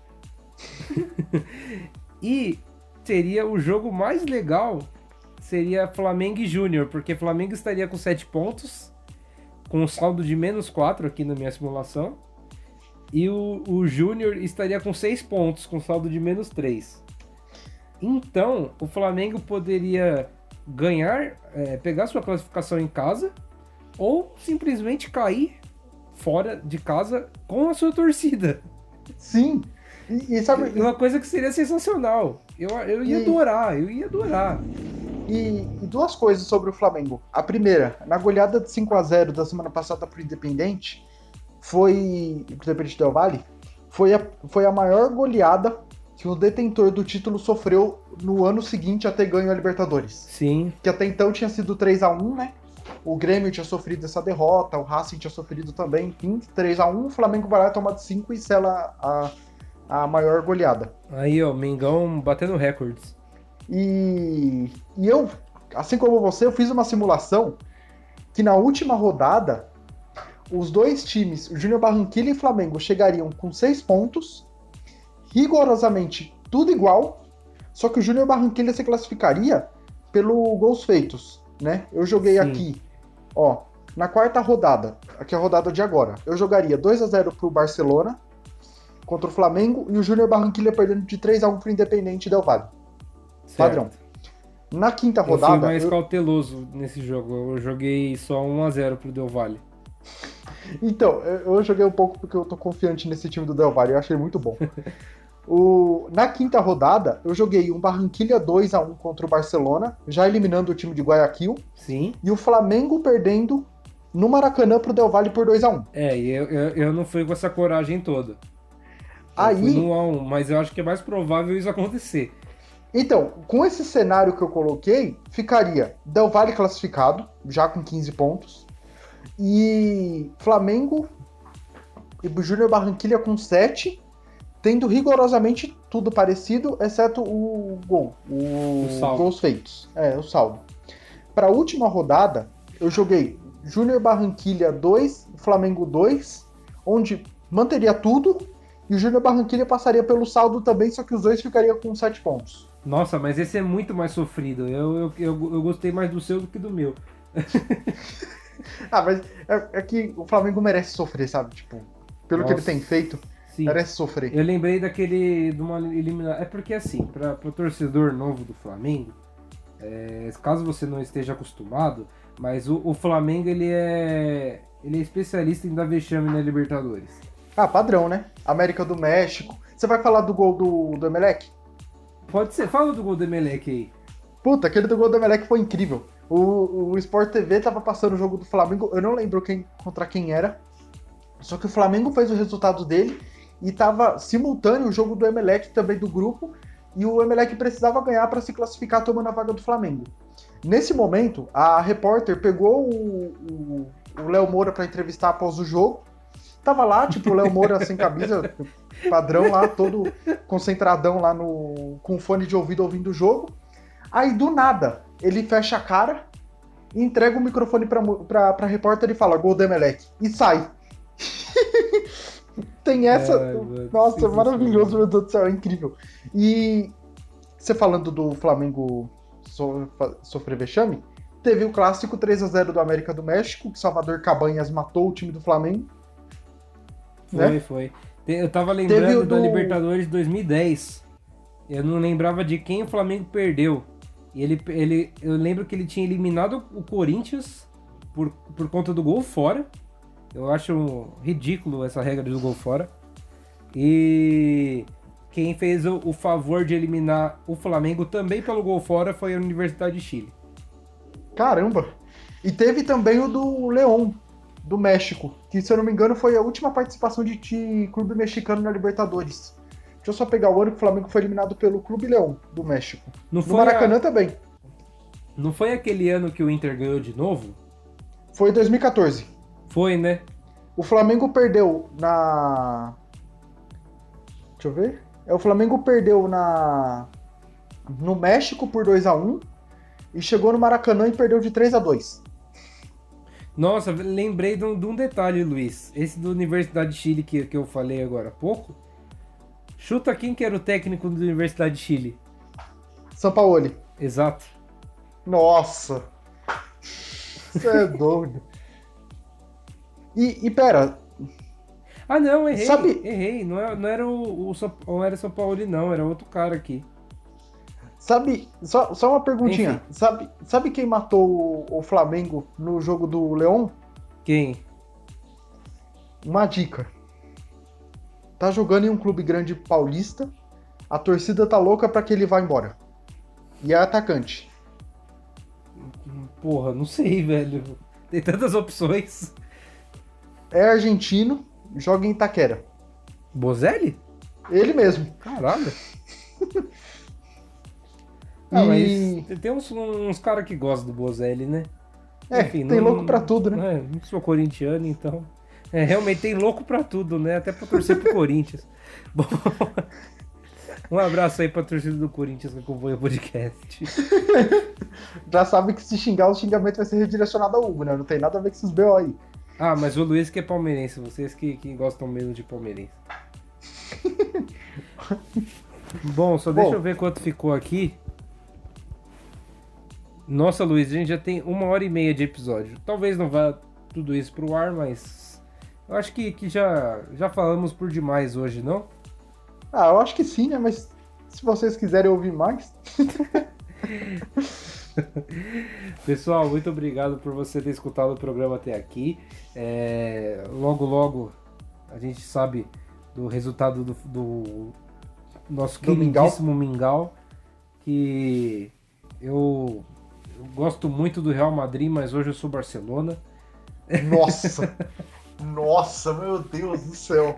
E seria o jogo mais legal, seria Flamengo e Júnior, porque Flamengo estaria com 7 pontos, com um saldo de -4 aqui na minha simulação, e o Júnior estaria com 6 pontos, com saldo de -3. Então, o Flamengo poderia ganhar, pegar sua classificação em casa, ou simplesmente cair fora de casa com a sua torcida. Sim. E sabe... Uma coisa que seria sensacional. Eu ia adorar. E 2 coisas sobre o Flamengo. A primeira, na goleada de 5-0 da semana passada pro Independente, Independente Del Valle, foi a maior goleada que o detentor do título sofreu no ano seguinte a ter ganho a Libertadores. Sim. Que até então tinha sido 3-1, né? O Grêmio tinha sofrido essa derrota, o Racing tinha sofrido também, enfim, 3-1, o Flamengo vai lá tomar de 5 e sela a maior goleada. Aí, ó, Mengão batendo recordes. E eu, assim como você, eu fiz uma simulação que na última rodada, os 2 times, o Júnior Barranquilla e Flamengo, chegariam com 6 pontos, rigorosamente tudo igual, só que o Júnior Barranquilla se classificaria pelo gols feitos, né? Eu joguei aqui, ó, na 4ª rodada, aqui é a rodada de agora, eu jogaria 2-0 pro Barcelona contra o Flamengo e o Júnior Barranquilla perdendo de 3-1 pro Independente Del Valle. Certo. Padrão. Na 5ª rodada... Eu fui mais cauteloso nesse jogo, eu joguei só 1-0 pro Del Valle. Então, eu joguei um pouco porque eu tô confiante nesse time do Del Valle, eu achei muito bom. Na quinta rodada, eu joguei um Barranquilla 2-1 contra o Barcelona, já eliminando o time de Guayaquil, Sim. e o Flamengo perdendo no Maracanã pro Del Valle por 2-1. E eu não fui com essa coragem toda. Eu Aí, fui no 1-1, mas eu acho que é mais provável isso acontecer. então, com esse cenário que eu coloquei, ficaria Del Valle classificado, já com 15 pontos, e Flamengo e Júnior Barranquilla com 7, tendo rigorosamente tudo parecido, exceto o gol, os gols feitos. O saldo. Para a última rodada, eu joguei Júnior Barranquilla 2, Flamengo 2, onde manteria tudo, e o Júnior Barranquilla passaria pelo saldo também, só que os dois ficariam com 7 pontos. Nossa, mas esse é muito mais sofrido. Eu gostei mais do seu do que do meu. Mas é que o Flamengo merece sofrer, sabe? Tipo, pelo que ele tem feito, sim, merece sofrer. Eu lembrei de uma eliminação. É porque assim, para o torcedor novo do Flamengo, caso você não esteja acostumado, mas o Flamengo ele é especialista em dar vexame na Libertadores. Padrão, né? América do México. Você vai falar do gol do Emelec? Pode ser, fala do gol do Emelec aí. Puta, aquele do gol do Emelec foi incrível. O Sport TV tava passando o jogo do Flamengo, eu não lembro contra quem era, só que o Flamengo fez o resultado dele e tava simultâneo o jogo do Emelec também do grupo, e o Emelec precisava ganhar para se classificar tomando a vaga do Flamengo. Nesse momento, a repórter pegou o Léo Moura para entrevistar após o jogo. Tava lá, tipo, o Léo Moura sem camisa, padrão lá, todo concentradão lá com fone de ouvido ouvindo o jogo. Aí, do nada, ele fecha a cara e entrega o microfone pra repórter e fala, gol do Emelec. E sai. Tem essa... Nossa, é maravilhoso, meu Deus do céu, é incrível. E você falando do Flamengo sofrer vexame, teve o clássico 3-0 do América do México, que Salvador Cabanhas matou o time do Flamengo. Foi. Eu tava lembrando da Libertadores de 2010. Eu não lembrava de quem o Flamengo perdeu. E eu lembro que ele tinha eliminado o Corinthians por conta do gol fora. Eu acho ridículo essa regra do gol fora. E quem fez o favor de eliminar o Flamengo também pelo gol fora foi a Universidade de Chile. Caramba! E teve também o do León, do México, que, se eu não me engano, foi a última participação de clube mexicano na Libertadores. Deixa eu só pegar o ano que o Flamengo foi eliminado pelo Clube León, do México. No Maracanã também. Não foi aquele ano que o Inter ganhou de novo? Foi 2014. Foi, né? O Flamengo perdeu na... Deixa eu ver. O Flamengo perdeu no México por 2-1 e chegou no Maracanã e perdeu de 3-2. Nossa, lembrei de um detalhe, Luiz. Esse da Universidade de Chile que eu falei agora há pouco. Chuta quem que era o técnico da Universidade de Chile. Sampaoli. Exato. Nossa. Você é doido. E pera. Ah, não, errei. Sabe... Errei. Não era não era São Paulo, não. Era outro cara aqui. Sabe, só uma perguntinha. Sabe quem matou o Flamengo no jogo do León? Quem? Uma dica. Tá jogando em um clube grande paulista, a torcida tá louca pra que ele vá embora. E é atacante. Porra, não sei, velho. Tem tantas opções. É argentino, joga em Itaquera. Bozelli? Ele mesmo. Caralho. Mas tem uns caras que gostam do Bozelli, né? Enfim, tem louco pra tudo, né? Não sou corintiano, então... realmente tem louco pra tudo, né? Até pra torcer pro Corinthians. Bom, um abraço aí pra torcida do Corinthians que acompanha o podcast. Já sabe que se xingar, o xingamento vai ser redirecionado ao Hugo, né? Não tem nada a ver com esses BO aí. Mas o Luiz que é palmeirense, vocês que gostam mesmo de palmeirense. Bom, deixa eu ver quanto ficou aqui. Nossa, Luiz, a gente já tem 1h30 de episódio. Talvez não vá tudo isso pro ar, mas eu acho que já falamos por demais hoje, não? Eu acho que sim, né? Mas se vocês quiserem ouvir mais... Pessoal, muito obrigado por você ter escutado o programa até aqui. Logo, logo, a gente sabe do resultado do nosso queridíssimo Mingau, que eu gosto muito do Real Madrid, mas hoje eu sou Barcelona. Nossa, meu Deus do céu.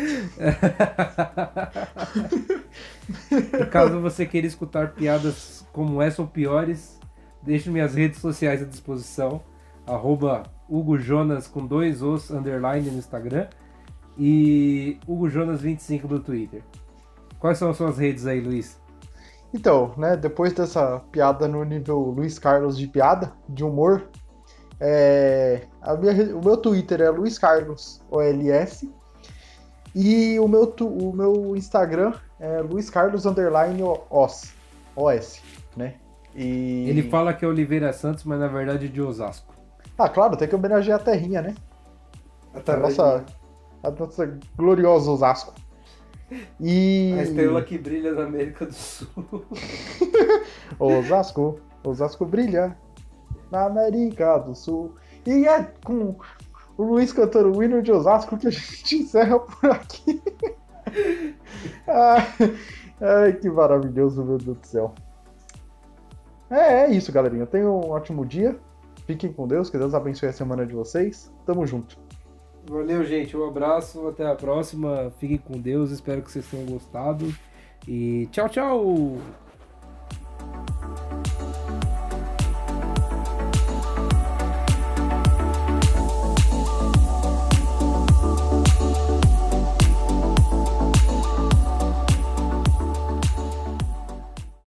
E caso você queira escutar piadas como essa ou piores, deixo minhas redes sociais à disposição. @HugoJonas com 2 Os underline no Instagram e HugoJonas25 no Twitter. Quais são as suas redes aí, Luiz? Então, né, depois dessa piada no nível Luiz Carlos de piada, de humor, o meu Twitter é Luiz Carlos OLS e o meu Instagram é Luiz Carlos underline OS, né? E... Ele fala que é Oliveira Santos, mas na verdade é de Osasco. Ah, claro, tem que homenagear a terrinha, né? A nossa gloriosa Osasco. E... A estrela que brilha na América do Sul. Osasco brilha na América do Sul. E é com o Luiz cantando o hino de Osasco que a gente encerra por aqui. Ai, que maravilhoso, meu Deus do céu. É isso, galerinha. Tenham um ótimo dia. Fiquem com Deus, que Deus abençoe a semana de vocês. Tamo junto. Valeu, gente. Um abraço, até a próxima. Fiquem com Deus, espero que vocês tenham gostado. E tchau, tchau!